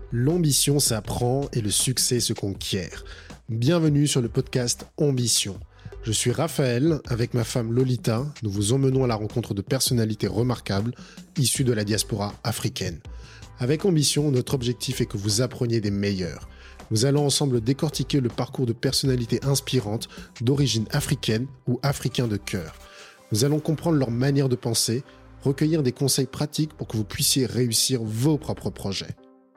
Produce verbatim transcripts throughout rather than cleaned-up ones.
L'ambition s'apprend et le succès se conquiert. Bienvenue sur le podcast Ambition. Je suis Raphaël, avec ma femme Lolita, nous vous emmenons à la rencontre de personnalités remarquables issues de la diaspora africaine. Avec Ambition, notre objectif est que vous appreniez des meilleurs. Nous allons ensemble décortiquer le parcours de personnalités inspirantes d'origine africaine ou africains de cœur. Nous allons comprendre leur manière de penser, recueillir des conseils pratiques pour que vous puissiez réussir vos propres projets.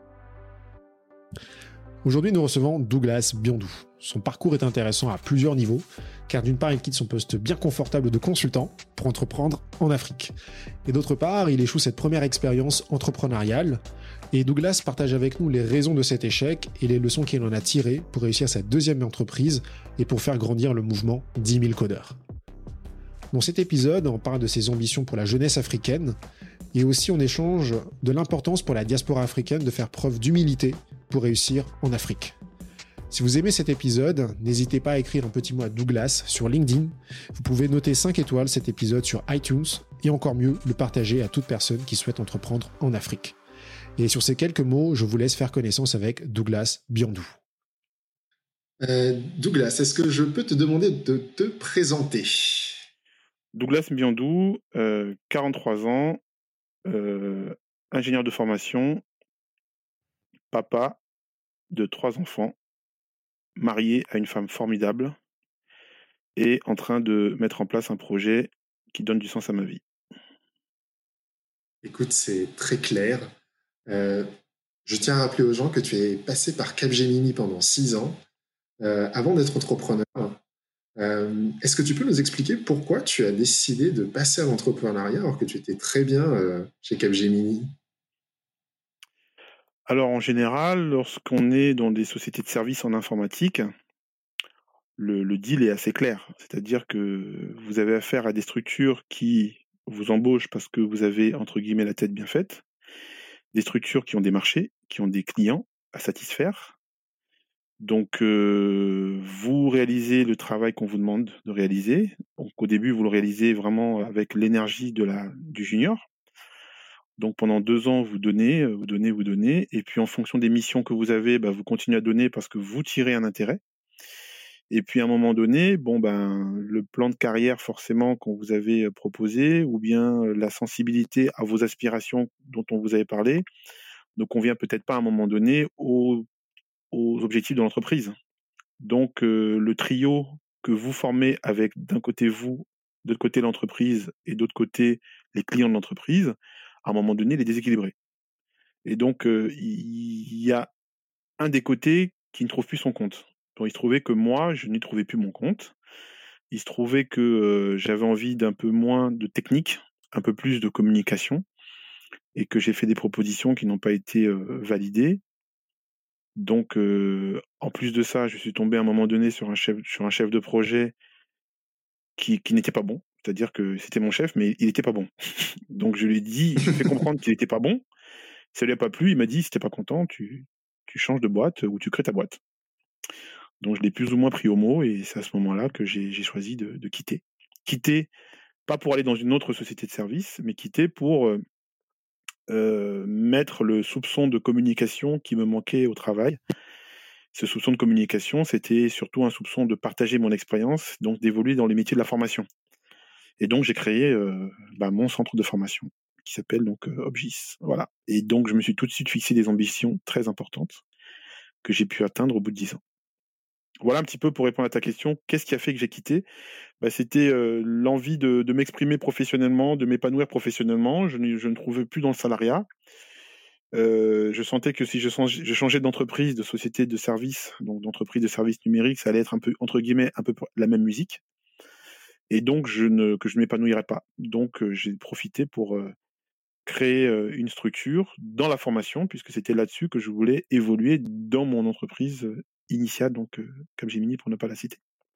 Aujourd'hui, nous recevons Douglas Biondou. Son parcours est intéressant à plusieurs niveaux, car d'une part, il quitte son poste bien confortable de consultant pour entreprendre en Afrique. Et d'autre part, il échoue cette première expérience entrepreneuriale. Et Douglas partage avec nous les raisons de cet échec et les leçons qu'il en a tirées pour réussir sa deuxième entreprise et pour faire grandir le mouvement dix mille codeurs. Dans cet épisode, on parle de ses ambitions pour la jeunesse africaine et aussi on échange de l'importance pour la diaspora africaine de faire preuve d'humilité pour réussir en Afrique. Si vous aimez cet épisode, n'hésitez pas à écrire un petit mot à Douglas sur LinkedIn. Vous pouvez noter cinq étoiles cet épisode sur iTunes et encore mieux, le partager à toute personne qui souhaite entreprendre en Afrique. Et sur ces quelques mots, je vous laisse faire connaissance avec Douglas Biondou. Euh, Douglas, est-ce que je peux te demander de te présenter ? Douglas Biondou, euh, quarante-trois ans, euh, ingénieur de formation, papa de trois enfants, marié à une femme formidable et en train de mettre en place un projet qui donne du sens à ma vie. Écoute, c'est très clair. Euh, je tiens à rappeler aux gens que tu es passé par Capgemini pendant six ans euh, avant d'être entrepreneur. Euh, est-ce que tu peux nous expliquer pourquoi tu as décidé de passer à l'entrepreneuriat alors que tu étais très bien euh, chez Capgemini ? Alors en général, lorsqu'on est dans des sociétés de services en informatique, le, le deal est assez clair. C'est-à-dire que vous avez affaire à des structures qui vous embauchent parce que vous avez, entre guillemets, la tête bien faite, des structures qui ont des marchés, qui ont des clients à satisfaire. Donc, euh, vous réalisez le travail qu'on vous demande de réaliser. Donc, au début, vous le réalisez vraiment avec l'énergie de la, du junior. Donc, pendant deux ans, vous donnez, vous donnez, vous donnez. Et puis, en fonction des missions que vous avez, bah, vous continuez à donner parce que vous tirez un intérêt. Et puis, à un moment donné, bon, ben, le plan de carrière, forcément, qu'on vous avait proposé, ou bien la sensibilité à vos aspirations dont on vous avait parlé, ne convient peut-être pas à un moment donné au aux objectifs de l'entreprise. Donc, euh, le trio que vous formez avec, d'un côté vous, de l'autre côté l'entreprise et d'autre côté les clients de l'entreprise, à un moment donné, il est déséquilibré. Et donc, euh, il y a un des côtés qui ne trouve plus son compte. Donc, il se trouvait que moi, je n'y trouvais plus mon compte. Il se trouvait que euh, j'avais envie d'un peu moins de technique, un peu plus de communication, et que j'ai fait des propositions qui n'ont pas été euh, validées. Donc, euh, en plus de ça, je suis tombé à un moment donné sur un chef, sur un chef de projet qui, qui n'était pas bon. C'est-à-dire que c'était mon chef, mais il n'était pas bon. Donc, je lui ai dit, je lui ai fait comprendre qu'il n'était pas bon. Ça lui a pas plu. Il m'a dit, si t'es pas content, tu, tu changes de boîte ou tu crées ta boîte. Donc, je l'ai plus ou moins pris au mot et c'est à ce moment-là que j'ai, j'ai choisi de, de quitter. Quitter, pas pour aller dans une autre société de service, mais quitter pour euh, euh, mettre le soupçon de communication qui me manquait au travail. Ce soupçon de communication, c'était surtout un soupçon de partager mon expérience, donc d'évoluer dans les métiers de la formation. Et donc, j'ai créé euh, bah, mon centre de formation, qui s'appelle donc euh, Obgis. Voilà. Et donc, je me suis tout de suite fixé des ambitions très importantes que j'ai pu atteindre au bout de dix ans. Voilà un petit peu pour répondre à ta question. Qu'est-ce qui a fait que j'ai quitté ? Bah, c'était euh, l'envie de, de m'exprimer professionnellement, de m'épanouir professionnellement. Je ne, je ne trouvais plus dans le salariat. Euh, je sentais que si je, change, je changeais d'entreprise, de société de service, donc d'entreprise de services numériques, ça allait être un peu, entre guillemets, un peu la même musique. Et donc, je ne, que je ne m'épanouirais pas. Donc, euh, j'ai profité pour euh, créer euh, une structure dans la formation, puisque c'était là-dessus que je voulais évoluer dans mon entreprise euh, initiale, donc euh, Capgemini, pour ne pas la citer.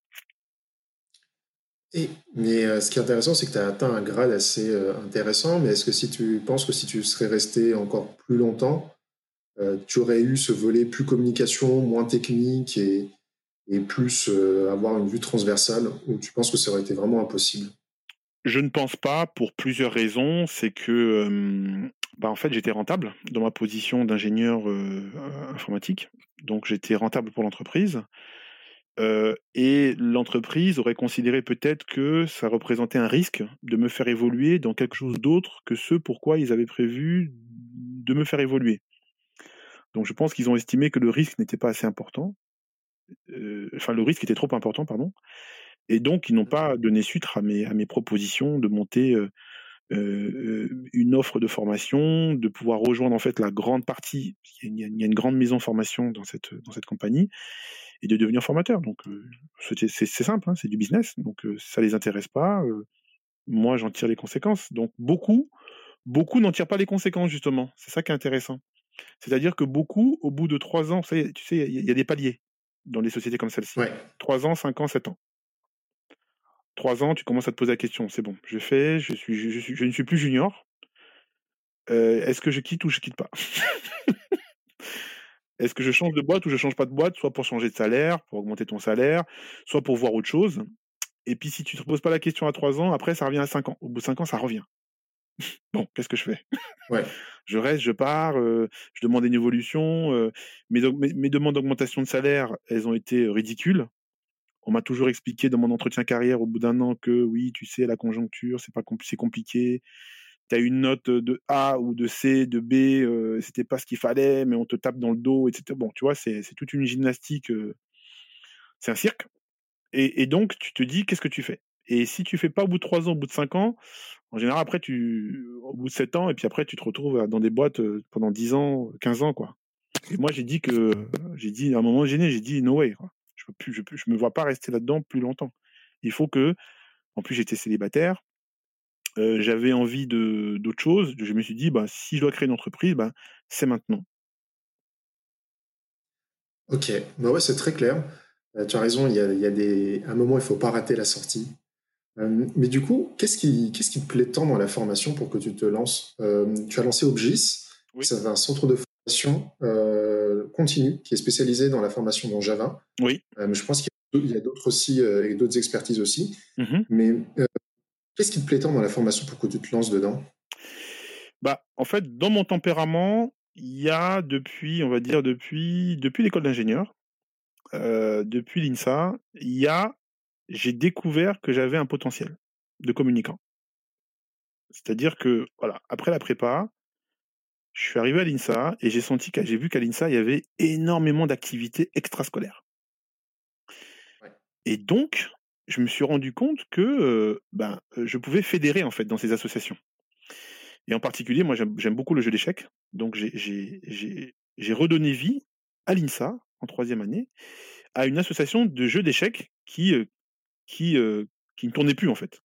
Et, mais euh, ce qui est intéressant, c'est que tu as atteint un grade assez euh, intéressant, mais est-ce que si tu penses que si tu serais resté encore plus longtemps, euh, tu aurais eu ce volet plus communication, moins technique et, et plus euh, avoir une vue transversale, ou tu penses que ça aurait été vraiment impossible ? Je ne pense pas, pour plusieurs raisons. C'est que, euh, Bah, en fait, j'étais rentable dans ma position d'ingénieur euh, informatique. Donc, j'étais rentable pour l'entreprise. Euh, et l'entreprise aurait considéré peut-être que ça représentait un risque de me faire évoluer dans quelque chose d'autre que ce pourquoi ils avaient prévu de me faire évoluer. Donc, je pense qu'ils ont estimé que le risque n'était pas assez important. Euh, enfin, le risque était trop important, pardon. Et donc, ils n'ont pas donné suite à mes, à mes propositions de monter euh, euh, une offre de formation, de pouvoir rejoindre en fait la grande partie, il y a, il y a une grande maison de formation dans cette, dans cette compagnie, et de devenir formateur. Donc, euh, c'est, c'est, c'est simple, hein, c'est du business. Donc, euh, ça les intéresse pas. Euh, moi, j'en tire les conséquences. Donc, beaucoup, beaucoup n'en tirent pas les conséquences, justement. C'est ça qui est intéressant. C'est-à-dire que beaucoup, au bout de trois ans, ça y est, tu sais, il y, y a des paliers dans les sociétés comme celle-ci. Ouais. Trois ans, cinq ans, sept ans. Trois ans, tu commences à te poser la question. C'est bon, je fais, je suis, je, je, suis, je ne suis plus junior. Euh, est-ce que je quitte ou je quitte pas? Est-ce que je change de boîte ou je change pas de boîte, soit pour changer de salaire, pour augmenter ton salaire, soit pour voir autre chose. Et puis si tu te poses pas la question à trois ans, après ça revient à cinq ans. Au bout de cinq ans, ça revient. Bon, qu'est-ce que je fais? Ouais. Je reste, je pars, euh, je demande une évolution. Euh, mes, mes, mes demandes d'augmentation de salaire, elles ont été ridicules. On m'a toujours expliqué dans mon entretien carrière au bout d'un an que oui, tu sais, la conjoncture, c'est pas compl- c'est compliqué. Tu as une note de A ou de C, de B, euh, c'était pas ce qu'il fallait, mais on te tape dans le dos, et cetera. Bon, tu vois, c'est, c'est toute une gymnastique, euh, c'est un cirque. Et, et donc, tu te dis, qu'est-ce que tu fais? Et si tu fais pas au bout de trois ans, au bout de cinq ans, en général, après, tu, au bout de sept ans, et puis après, tu te retrouves dans des boîtes euh, pendant dix ans, quinze ans, quoi. Et moi, j'ai dit que, j'ai dit, à un moment gêné, j'ai dit, no way, quoi. Je peux plus, je, peux, je me vois pas rester là-dedans plus longtemps. Il faut que, en plus, j'étais célibataire, euh, j'avais envie de, d'autre chose. Je me suis dit, bah, si je dois créer une entreprise, bah, c'est maintenant. Ok, bah ouais, c'est très clair. Euh, tu as raison, il y a, il y a des... à un moment, il faut pas rater la sortie. Euh, mais du coup, qu'est-ce qui, qu'est-ce qui te plaît tant dans la formation pour que tu te lances? Euh, Tu as lancé Obgis, Oui. ça un centre de formation euh, continu qui est spécialisé dans la formation dans Java. Oui. Euh, mais je pense qu'il y a, il y a d'autres aussi, euh, et d'autres expertises aussi. Mm-hmm. Mais euh, qu'est-ce qui te plaît tant dans la formation pour que tu te lances dedans? Bah, en fait, dans mon tempérament, il y a depuis, on va dire, depuis, depuis l'école d'ingénieur, euh, depuis l'INSA, il y a, j'ai découvert que j'avais un potentiel de communicant. C'est-à-dire que, voilà, après la prépa, je suis arrivé à l'INSA et j'ai senti que j'ai vu qu'à l'INSA, il y avait énormément d'activités extrascolaires. Ouais. Et donc, je me suis rendu compte que euh, ben, je pouvais fédérer en fait dans ces associations. Et en particulier, moi, j'aime, j'aime beaucoup le jeu d'échecs. Donc, j'ai, j'ai, j'ai, j'ai redonné vie à l'INSA, en troisième année, à une association de jeux d'échecs qui, euh, qui, euh, qui ne tournait plus, en fait.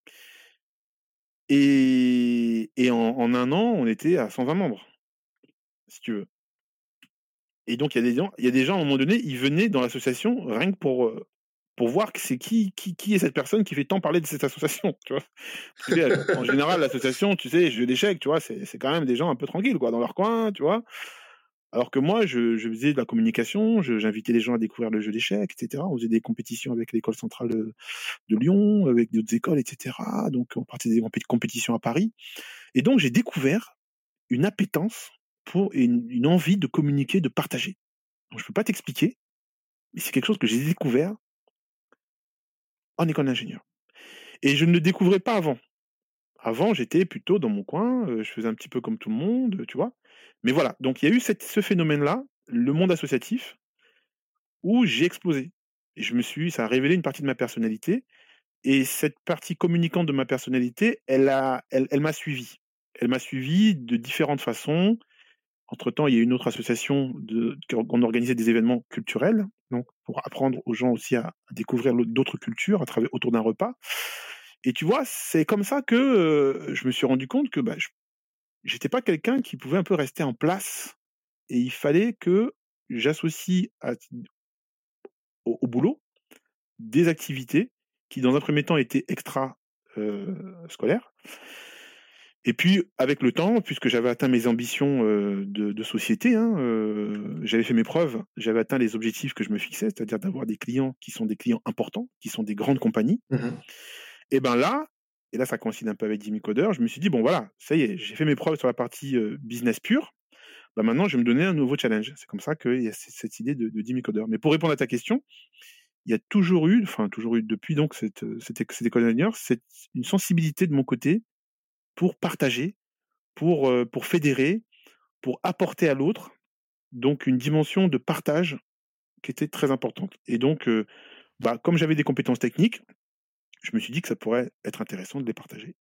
Et, et en, en un an, on était à cent vingt membres, si tu veux. Et donc, il y a des gens, il y a des gens, à un moment donné, ils venaient dans l'association rien que pour, euh, pour voir que c'est qui, qui, qui est cette personne qui fait tant parler de cette association, tu vois. Tu sais, en général, l'association, tu sais, jeux d'échecs, tu vois, c'est, c'est quand même des gens un peu tranquilles, quoi, dans leur coin, tu vois. Alors que moi, je, je faisais de la communication, je, j'invitais les gens à découvrir le jeu d'échecs, et cetera. On faisait des compétitions avec l'école centrale de, de Lyon, avec d'autres écoles, et cetera. Donc, on partait des compétitions à Paris. Et donc, j'ai découvert une appétence pour une, une envie de communiquer, de partager. Donc, je peux pas t'expliquer, mais c'est quelque chose que j'ai découvert en école d'ingénieur. Et je ne le découvrais pas avant. Avant, j'étais plutôt dans mon coin, euh, je faisais un petit peu comme tout le monde, tu vois. Mais voilà, donc il y a eu cette, ce phénomène-là, le monde associatif, où j'ai explosé. Et je me suis, ça a révélé une partie de ma personnalité. Et cette partie communicante de ma personnalité, elle a, elle, elle m'a suivi. Elle m'a suivi de différentes façons. Entre-temps, il y a une autre association de, on organisait des événements culturels, donc pour apprendre aux gens aussi à, à découvrir d'autres cultures à travers autour d'un repas. Et tu vois, c'est comme ça que euh, je me suis rendu compte que bah, je, j'étais pas quelqu'un qui pouvait un peu rester en place. Et il fallait que j'associe à, au, au boulot des activités qui, dans un premier temps, étaient extra euh, scolaires. Et puis, avec le temps, puisque j'avais atteint mes ambitions euh, de, de société, hein, euh, j'avais fait mes preuves, j'avais atteint les objectifs que je me fixais, c'est-à-dire d'avoir des clients qui sont des clients importants, qui sont des grandes compagnies. Mmh. Et ben là, et là ça coïncide un peu avec Jimmy Coder, je me suis dit, bon voilà, ça y est, j'ai fait mes preuves sur la partie euh, business pure, bah maintenant je vais me donner un nouveau challenge. C'est comme ça qu'il y a c- cette idée de, de Jimmy Coder. Mais pour répondre à ta question, il y a toujours eu, enfin toujours eu depuis donc cette, euh, cette, éc- cette école d'ingénieur, c'est une sensibilité de mon côté pour partager, pour, euh, pour fédérer, pour apporter à l'autre, donc une dimension de partage qui était très importante. Et donc, euh, bah, comme j'avais des compétences techniques, je me suis dit que ça pourrait être intéressant de les partager.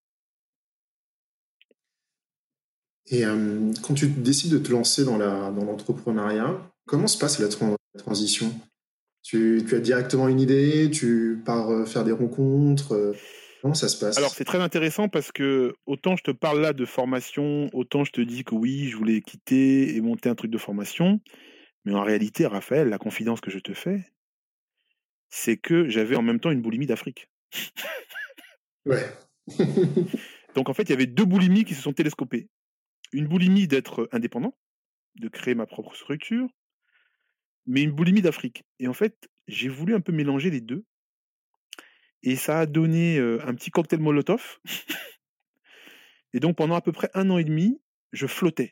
Et euh, quand tu décides de te lancer dans la dans l'entrepreneuriat, comment se passe la, tran- la transition? Tu, tu as directement une idée, tu pars euh, faire des rencontres, euh, comment ça se Alors, passe? c'est très intéressant parce que autant je te parle là de formation, autant je te dis que oui, je voulais quitter et monter un truc de formation, mais en réalité, Raphaël, la confidence que je te fais, c'est que j'avais en même temps une boulimie d'Afrique. Ouais. Donc, en fait, il y avait deux boulimies qui se sont télescopées. Une boulimie d'être indépendant, de créer ma propre structure, mais une boulimie d'Afrique. Et en fait, j'ai voulu un peu mélanger les deux. Et ça a donné euh, un petit cocktail Molotov. Et donc, pendant à peu près un an et demi, je flottais.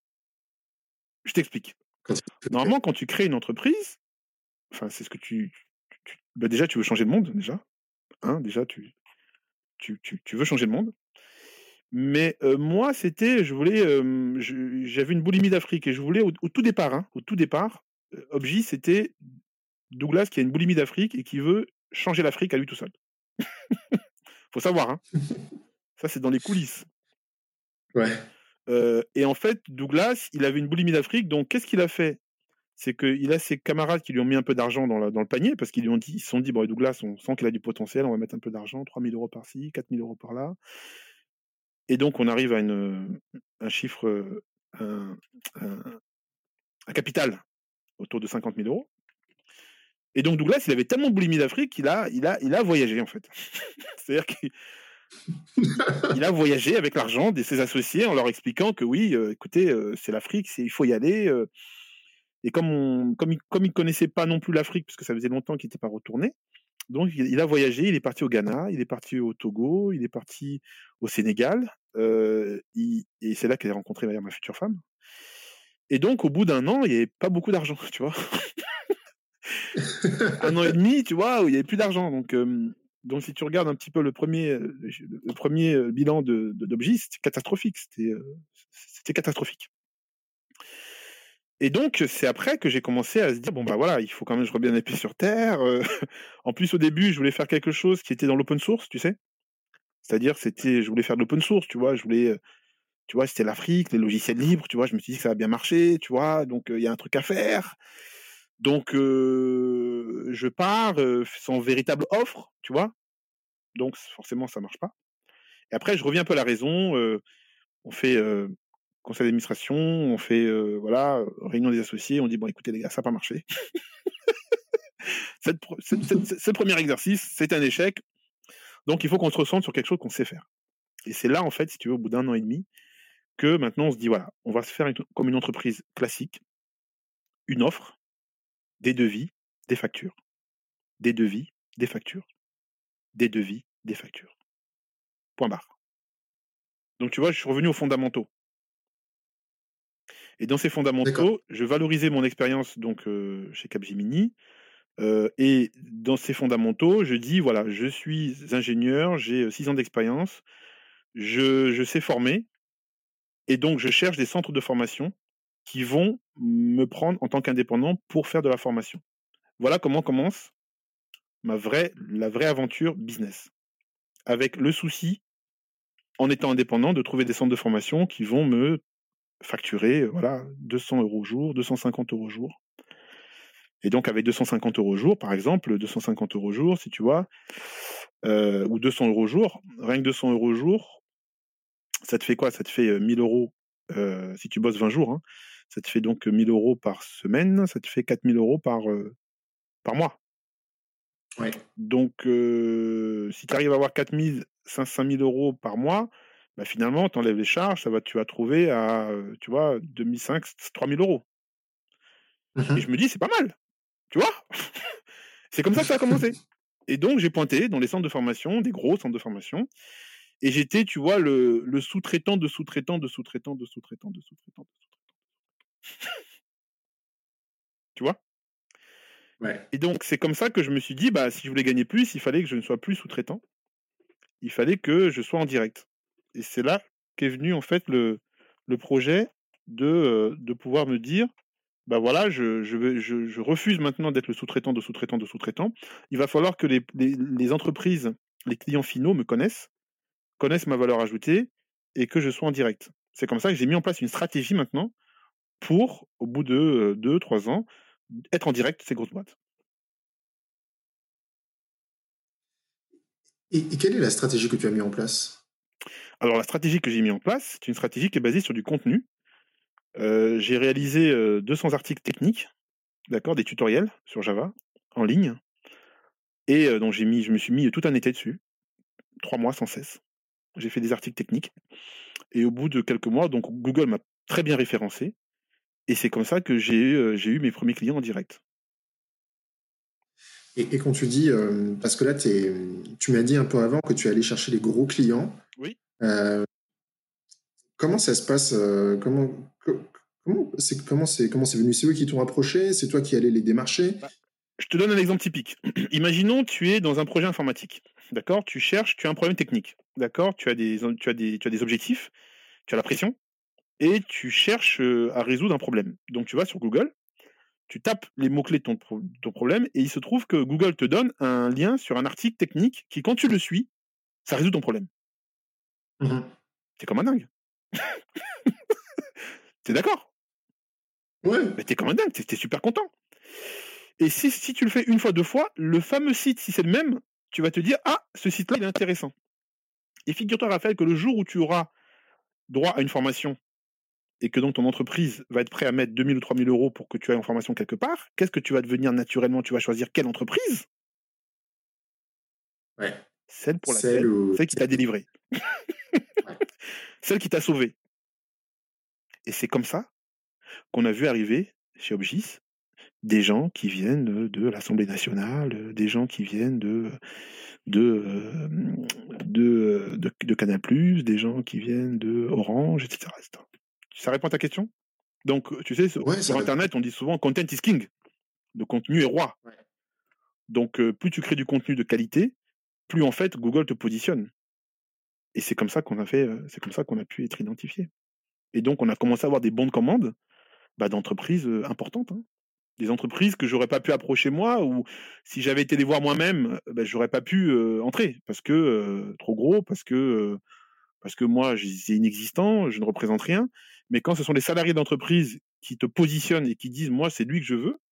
Je t'explique. Quand tu- Normalement, quand tu crées une entreprise, enfin, c'est ce que tu... tu- bah, déjà, tu veux changer le monde, déjà. Hein, déjà, tu, tu, tu, tu veux changer le monde. Mais euh, moi, c'était, je voulais, euh, je- j'avais une boulimie d'Afrique et je voulais, au, au tout départ, hein, au tout départ, euh, Obji, c'était Douglas qui a une boulimie d'Afrique et qui veut changer l'Afrique à lui tout seul. Faut savoir, hein. Ça, c'est dans les coulisses. Ouais. Euh, et en fait, Douglas, il avait une boulimie d'Afrique, donc qu'est-ce qu'il a fait? C'est qu'il a ses camarades qui lui ont mis un peu d'argent dans, la- dans le panier, parce qu'ils lui ont dit, ils se sont dit, bon, Douglas, on sent qu'il a du potentiel, on va mettre un peu d'argent, trois mille euros par-ci, quatre mille euros par-là. Et donc, on arrive à une, un chiffre, euh, un, un, un capital autour de cinquante mille euros. Et donc, Douglas, il avait tellement de boulimie d'Afrique qu'il a, il a, il a voyagé, en fait. C'est-à-dire qu'il il a voyagé avec l'argent de ses associés en leur expliquant que oui, euh, écoutez, euh, c'est l'Afrique, c'est, il faut y aller. euh. Et comme, on, comme, il, comme il connaissait pas non plus l'Afrique, parce que ça faisait longtemps qu'il n'était pas retourné, donc il, il a voyagé, il est parti au Ghana, il est parti au Togo, il est parti au Sénégal, euh, il- et c'est là qu'il a rencontré d'ailleurs ma future femme. Et donc, au bout d'un an, il n'y avait pas beaucoup d'argent, tu vois. Un an et demi, tu vois, où il n'y avait plus d'argent. Donc, euh, donc, si tu regardes un petit peu le premier, euh, le premier euh, bilan de, de d'Obji, c'était catastrophique. C'était, euh, c'était catastrophique. Et donc, c'est après que j'ai commencé à se dire, bon, bah voilà, il faut quand même que je revienne les pieds sur terre. euh. En plus, au début, je voulais faire quelque chose qui était dans l'open source, tu sais. C'est-à-dire, c'était, je voulais faire de l'open source, tu vois. Je voulais, euh, tu vois, c'était l'Afrique, les logiciels libres, tu vois. Je me suis dit que ça va bien marcher, tu vois. Donc, il euh, y a un truc à faire. Donc, euh, je pars euh, sans véritable offre, tu vois. Donc, forcément, ça marche pas. Et après, je reviens un peu à la raison. Euh, on fait euh, conseil d'administration, on fait euh, voilà réunion des associés. On dit bon, écoutez les gars, ça n'a pas marché. cette, cette, cette, ce premier exercice, c'est un échec. Donc, il faut qu'on se ressente sur quelque chose qu'on sait faire. Et c'est là, en fait, si tu veux, au bout d'un an et demi, que maintenant on se dit voilà, on va se faire une, comme une entreprise classique, une offre, des devis, des factures, des devis, des factures, des devis, des factures. Point barre. Donc, tu vois, je suis revenu aux fondamentaux. Et dans ces fondamentaux, je valorisais mon expérience donc euh, chez Capgemini. Euh, et dans ces fondamentaux, je dis voilà, je suis ingénieur, j'ai six ans d'expérience, je, je sais former, et donc je cherche des centres de formation qui vont me prendre en tant qu'indépendant pour faire de la formation. Voilà comment commence ma vraie, la vraie aventure business. Avec le souci, en étant indépendant, de trouver des centres de formation qui vont me facturer voilà, deux cents euros au jour, deux cent cinquante euros au jour. Et donc, avec deux cent cinquante euros au jour, par exemple, deux cent cinquante euros au jour, si tu vois, euh, ou deux cents euros au jour, rien que deux cents euros au jour, ça te fait quoi? Ça te fait mille euros euh, si tu bosses vingt jours. Hein. Ça te fait donc mille euros par semaine, ça te fait quatre mille euros par, euh, par mois. Ouais. Donc, euh, si tu arrives à avoir quatre mille, cinq mille euros par mois, bah finalement, tu enlèves les charges, ça va, tu vas trouver à, tu vois, deux mille cinq cents, trois mille euros. Mm-hmm. Et je me dis, c'est pas mal, tu vois. C'est comme ça que ça a commencé. Et donc, j'ai pointé dans les centres de formation, des gros centres de formation, Et j'étais, tu vois, le, le sous-traitant de sous-traitant de sous-traitant de sous-traitant de sous-traitant de sous-traitant. Tu vois? Ouais. Et donc, c'est comme ça que je me suis dit, bah, si je voulais gagner plus, il fallait que je ne sois plus sous-traitant. Il fallait que je sois en direct. Et c'est là qu'est venu, en fait, le, le projet de, euh, de pouvoir me dire, bah voilà, je, je, vais- je, je refuse maintenant d'être le sous-traitant de sous-traitant de sous-traitant. Il va falloir que les, les, les entreprises, les clients finaux me connaissent, connaissent ma valeur ajoutée et que je sois en direct. C'est comme ça que j'ai mis en place une stratégie maintenant pour, au bout de euh, deux, trois ans, être en direct de ces grosses boîtes. Et, et quelle est la stratégie que tu as mis en place? Alors la stratégie que j'ai mis en place, c'est une stratégie qui est basée sur du contenu. Euh, j'ai réalisé euh, deux cents articles techniques, d'accord, des tutoriels sur Java en ligne, et euh, donc j'ai mis, je me suis mis tout un été dessus, trois mois sans cesse. J'ai fait des articles techniques, et au bout de quelques mois, donc Google m'a très bien référencé, et c'est comme ça que j'ai eu, euh, j'ai eu mes premiers clients en direct. Et, et quand tu dis, euh, parce que là, t'es- tu m'as dit un peu avant que tu allais chercher les gros clients. Oui. Euh, comment ça se passe euh, Comment co- comment c'est comment c'est comment c'est venu? C'est eux qui t'ont approché? C'est toi qui allais les démarcher? Bah, je te donne un exemple typique. Imaginons tu es dans un projet informatique, d'accord? Tu cherches, tu as un problème technique, d'accord? Tu as des, tu as des, tu as des objectifs, tu as la pression, et tu cherches euh, à résoudre un problème. Donc tu vas sur Google, tu tapes les mots-clés de ton, pro- ton problème, et il se trouve que Google te donne un lien sur un article technique qui, quand tu le suis, ça résout ton problème. Mhm. T'es comme un dingue. T'es d'accord? Ouais. Mais t'es comme un dingue, t'es, t'es super content. Et si, si tu le fais une fois, deux fois, le fameux site, si c'est le même, tu vas te dire, ah, ce site-là, il est intéressant. Et figure-toi, Raphaël, que le jour où tu auras droit à une formation et que donc ton entreprise va être prête à mettre deux mille ou trois mille euros pour que tu aies une formation quelque part, qu'est-ce que tu vas devenir naturellement? Tu vas choisir quelle entreprise? Ouais. Celle pour Celle laquelle, où... celle qui t'a délivré, Ouais. celle qui t'a sauvé. Et c'est comme ça qu'on a vu arriver chez Obgis des gens qui viennent de l'Assemblée nationale, des gens qui viennent de de de, de, de Canal+, des gens qui viennent de Orange, et cetera, et cetera. Ça répond à ta question? Donc, tu sais, sur, Ouais, ça sur répond. Internet, on dit souvent content is king. Le contenu est roi. Ouais. Donc, euh, plus tu crées du contenu de qualité, plus en fait Google te positionne. Et c'est comme ça qu'on a fait, euh, c'est comme ça qu'on a pu être identifié. Et donc, on a commencé à avoir des bons de commande bah, d'entreprises euh, importantes. Hein. Des entreprises que j'aurais pas pu approcher moi, ou si j'avais été les voir moi-même, euh, bah, j'aurais pas pu euh, entrer parce que euh, trop gros, parce que euh, parce que moi c'est inexistant, je ne représente rien. Mais quand ce sont les salariés d'entreprise qui te positionnent et qui disent moi c'est lui que je veux,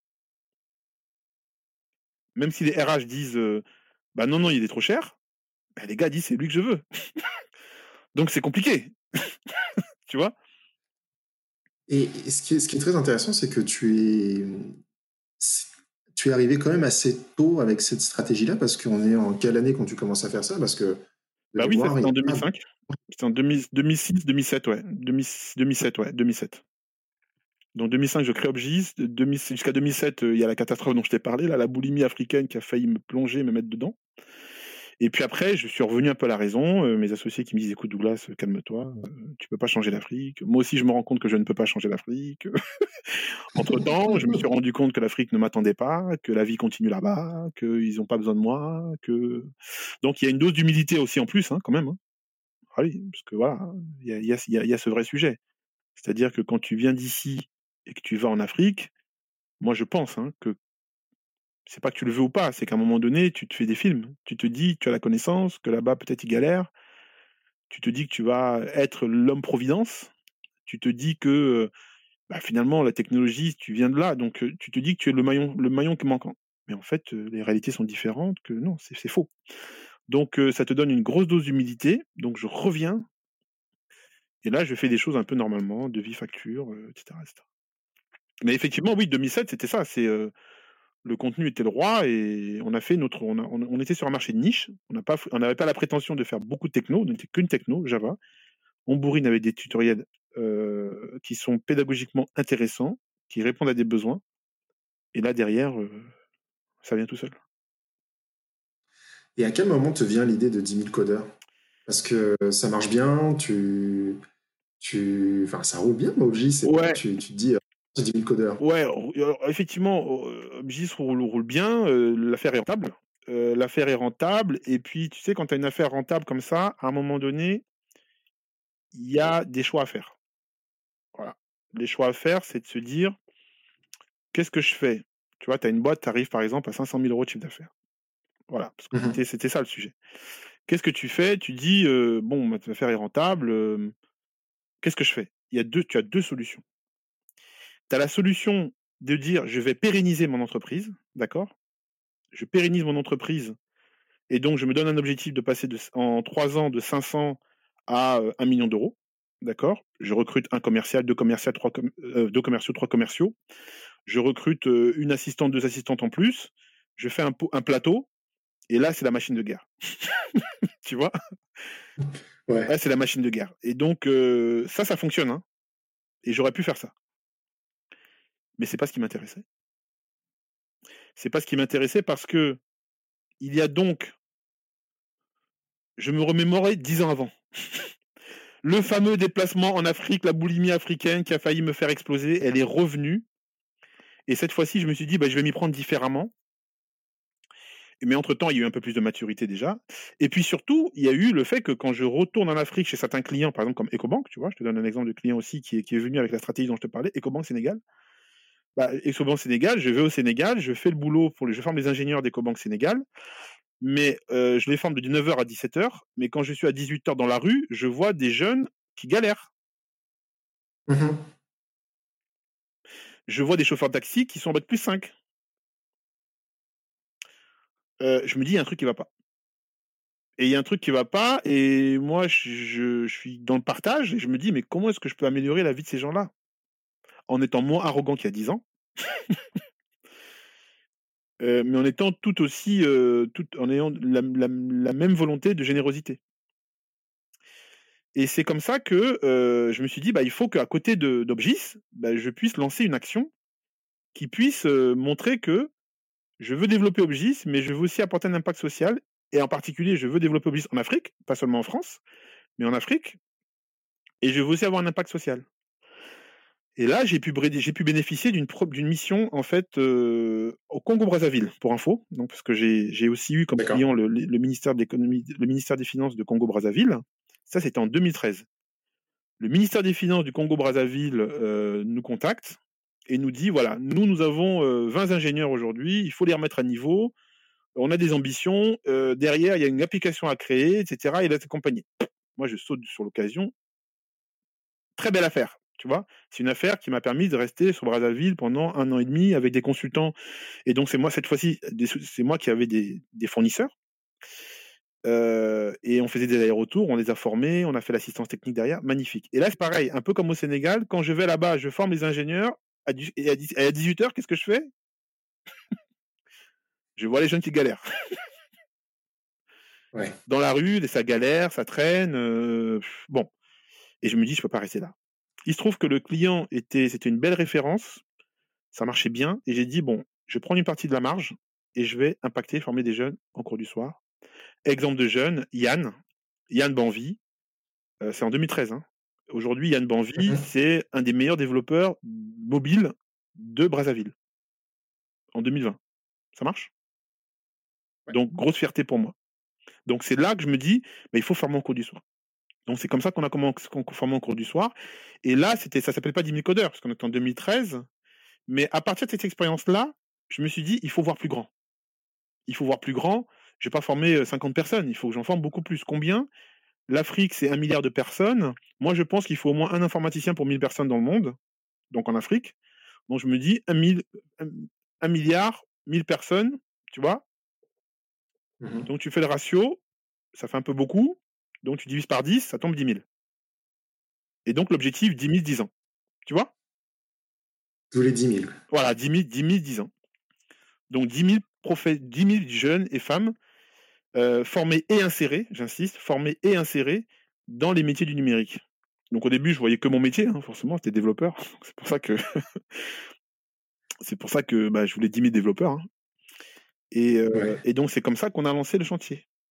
même si les R H disent euh, bah non non il est trop cher, bah, les gars disent c'est lui que je veux. Donc c'est compliqué, tu vois. Et, et ce qui est, ce qui est très intéressant, c'est que tu es, tu es arrivé quand même assez tôt avec cette stratégie-là, parce qu'on est en quelle année quand tu commences à faire ça? Parce que de Bah oui, ça mémoire, il c'était en n'y a pas... deux mille cinq. C'était en deux mille, deux mille six, deux mille sept, ouais. deux mille, deux mille sept, ouais, deux mille sept. Donc deux mille cinq, je crée Obgis. deux mille six jusqu'à deux mille sept, euh, il y a la catastrophe dont je t'ai parlé, là, la boulimie africaine qui a failli me plonger, me mettre dedans. Et puis après, je suis revenu un peu à la raison. Euh, mes associés qui me disent, écoute Douglas, euh, calme-toi, euh, tu peux pas changer l'Afrique. Moi aussi, je me rends compte que je ne peux pas changer l'Afrique. Entre-temps, je me suis rendu compte que l'Afrique ne m'attendait pas, que la vie continue là-bas, qu'ils n'ont pas besoin de moi, que... Donc il y a une dose d'humilité aussi en plus, hein, quand même. Hein. Ah oui, parce que voilà, il y a, y, a, y, a, y a ce vrai sujet. C'est-à-dire que quand tu viens d'ici et que tu vas en Afrique, moi je pense hein, que c'est pas que tu le veux ou pas, c'est qu'à un moment donné, tu te fais des films. Tu te dis, tu as la connaissance, que là-bas peut-être ils galèrent. Tu te dis que tu vas être l'homme-providence. Tu te dis que bah, finalement, la technologie, tu viens de là. Donc tu te dis que tu es le maillon, le maillon qui manquant. Mais en fait, les réalités sont différentes, que non, c'est, c'est faux. Donc ça te donne une grosse dose d'humilité. Donc je reviens. Et là, je fais des choses un peu normalement, devis, facture, euh, et cetera, et cetera. Mais effectivement, oui, deux mille sept, c'était ça. C'est euh, le contenu était le roi et on a fait notre, on, a, on, on était sur un marché de niche. On n'a pas, on n'avait pas la prétention de faire beaucoup de techno. On n'était qu'une techno, Java. On bourrine avec des tutoriels euh, qui sont pédagogiquement intéressants, qui répondent à des besoins. Et là derrière, euh, ça vient tout seul. Et à quel moment te vient l'idée de dix mille codeurs? Parce que ça marche bien, tu, tu, enfin, ça roule bien, Mobj. C'est Ouais. tu, tu te dis, euh, dix mille codeurs. Ouais, euh, effectivement, euh, Obgis roule, roule bien, euh, l'affaire est rentable. Euh, l'affaire est rentable, et puis tu sais, quand tu as une affaire rentable comme ça, à un moment donné, il y a des choix à faire. Voilà. Les choix à faire, c'est de se dire, qu'est-ce que je fais? Tu vois, tu as une boîte, tu arrives par exemple à cinq cent mille euros de chiffre d'affaires. Voilà, parce que Mhm. c'était, c'était ça le sujet. Qu'est-ce que tu fais? Tu dis, euh, bon, ma affaire est rentable, euh, qu'est-ce que je fais? Il y a deux, tu as deux solutions. Tu as la solution de dire, je vais pérenniser mon entreprise, d'accord? Je pérennise mon entreprise, et donc je me donne un objectif de passer de, en trois ans de cinq cents à euh, un million d'euros, d'accord? Je recrute un commercial, deux commerciaux, trois, com- euh, deux commerciaux, trois commerciaux. Je recrute euh, une assistante, deux assistantes en plus. Je fais un, po- un plateau, et là, c'est la machine de guerre. Tu vois? Ouais. Là, c'est la machine de guerre. Et donc, euh, ça, ça fonctionne, hein. Et j'aurais pu faire ça. Mais c'est pas ce qui m'intéressait. C'est pas ce qui m'intéressait parce que il y a donc, je me remémorais dix ans avant. Le fameux déplacement en Afrique, la boulimie africaine qui a failli me faire exploser, elle est revenue. Et cette fois-ci, je me suis dit, bah, je vais m'y prendre différemment. Mais entre-temps, il y a eu un peu plus de maturité déjà. Et puis surtout, il y a eu le fait que quand je retourne en Afrique chez certains clients, par exemple comme Ecobank, tu vois, je te donne un exemple de client aussi qui est, qui est venu avec la stratégie dont je te parlais, Ecobank Sénégal. Bah, Ecobank Sénégal, je vais au Sénégal, je fais le boulot, pour les, je forme les ingénieurs d'Ecobank Sénégal, mais euh, je les forme de dix-neuf heures à dix-sept heures, mais quand je suis à dix-huit heures dans la rue, je vois des jeunes qui galèrent. Mhm. Je vois des chauffeurs de taxi qui sont en bac plus cinq. Euh, je me dis, il y a un truc qui va pas. Et il y a un truc qui va pas, et moi, je, je, je suis dans le partage, et je me dis, mais comment est-ce que je peux améliorer la vie de ces gens-là? En étant moins arrogant qu'il y a dix ans, euh, mais en étant tout aussi, euh, tout, en ayant la, la, la même volonté de générosité. Et c'est comme ça que euh, je me suis dit, bah, il faut qu'à côté de, d'Obgis, bah, je puisse lancer une action qui puisse euh, montrer que je veux développer Obgis, mais je veux aussi apporter un impact social, et en particulier, je veux développer Obgis en Afrique, pas seulement en France, mais en Afrique, et je veux aussi avoir un impact social. Et là, j'ai pu, j'ai pu bénéficier d'une, pro, d'une mission en fait euh, au Congo-Brazzaville, pour info, donc parce que j'ai, j'ai aussi eu comme D'accord. client le, le ministère de l'économie, le ministère des Finances de Congo-Brazzaville. Ça, c'était en deux mille treize. Le ministère des Finances du Congo-Brazzaville euh, nous contacte et nous dit, voilà, nous, nous avons euh, vingt ingénieurs aujourd'hui, il faut les remettre à niveau, on a des ambitions, euh, derrière, il y a une application à créer, et cetera, et là, accompagné. Moi, je saute sur l'occasion. Très belle affaire, tu vois. C'est une affaire qui m'a permis de rester sur Brazzaville pendant un an et demi avec des consultants. Et donc, c'est moi, cette fois-ci, c'est moi qui avais des, des fournisseurs. Euh, et on faisait des allers-retours, on les a formés, on a fait l'assistance technique derrière, magnifique. Et là, c'est pareil, un peu comme au Sénégal, quand je vais là-bas, je forme les ingénieurs, à, et à dix-huit heures, qu'est-ce que je fais? Je vois les jeunes qui galèrent. Ouais. Dans la rue, ça galère, ça traîne, euh, bon. Et je me dis, je peux pas rester là. Il se trouve que le client était, c'était une belle référence, ça marchait bien, et j'ai dit, bon, je prends une partie de la marge, et je vais impacter, former des jeunes en cours du soir. Exemple de jeunes, Yann, Yann Banvie, euh, c'est en deux mille treize, hein. Aujourd'hui, Yann Banvie, Mhm. c'est un des meilleurs développeurs mobiles de Brazzaville en deux mille vingt. Ça marche? Ouais. Donc, grosse fierté pour moi. Donc, c'est là que je me dis, bah, il faut former en cours du soir. Donc, c'est comme ça qu'on a commencé à former en cours du soir. Et là, c'était, ça s'appelle pas dix mille codeurs, parce qu'on est en deux mille treize. Mais à partir de cette expérience-là, je me suis dit, il faut voir plus grand. Il faut voir plus grand. Je vais pas former cinquante personnes, il faut que j'en forme beaucoup plus. Combien? L'Afrique, c'est un milliard de personnes. Moi, je pense qu'il faut au moins un informaticien pour mille personnes dans le monde, donc en Afrique. Donc, je me dis un, mille, un, un milliard, mille personnes, tu vois. Mhm. Donc, tu fais le ratio, ça fait un peu beaucoup. Donc, tu divises par dix, ça tombe dix mille. Et donc, l'objectif, dix mille, dix ans. Tu vois? Tous les dix mille. Voilà, dix mille, dix mille, dix ans. Donc, dix mille, profs, dix mille jeunes et femmes euh, formés et insérés, j'insiste, formés et insérés dans les métiers du numérique. Donc au début, je voyais que mon métier, hein, forcément, j'étais développeur. C'est pour ça que c'est pour ça que bah, je voulais dix mille développeurs. Hein. Et, euh, Ouais. et donc c'est comme ça qu'on a lancé le chantier.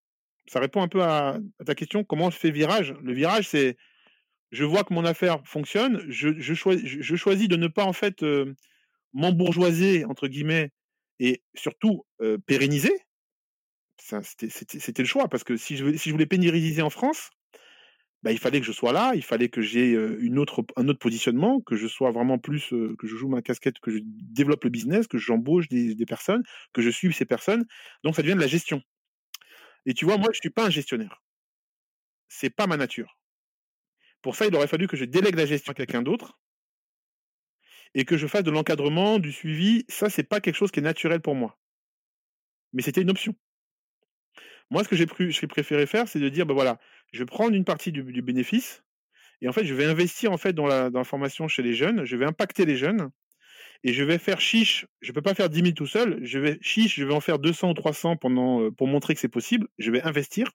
Ça répond un peu à, à ta question. Comment on fait virage? Le virage, c'est je vois que mon affaire fonctionne, je, je, choisis, je, je choisis de ne pas en fait euh, m'embourgeoiser entre guillemets et surtout euh, pérenniser. Ça, c'était, c'était, c'était le choix parce que si je, veux- si je voulais pérenniser en France, bah, il fallait que je sois là, il fallait que j'ai euh, une autre, un autre positionnement, que je sois vraiment plus, euh, que je joue ma casquette, que je développe le business, que j'embauche des, des personnes, que je suive ces personnes. Donc ça devient de la gestion. Et tu vois, moi, je suis pas un gestionnaire. C'est pas ma nature. Pour ça, il aurait fallu que je délègue la gestion à quelqu'un d'autre et que je fasse de l'encadrement, du suivi. Ça, c'est pas quelque chose qui est naturel pour moi. Mais c'était une option. Moi, ce que j'ai pru- j'ai préféré faire, c'est de dire, ben voilà, je vais prendre une partie du, du bénéfice et en fait, je vais investir en fait dans la, dans la formation chez les jeunes. Je vais impacter les jeunes et je vais faire chiche. Je peux pas faire dix mille tout seul. Je vais chiche, je vais en faire deux cents ou trois cents pendant, euh, pour montrer que c'est possible. Je vais investir.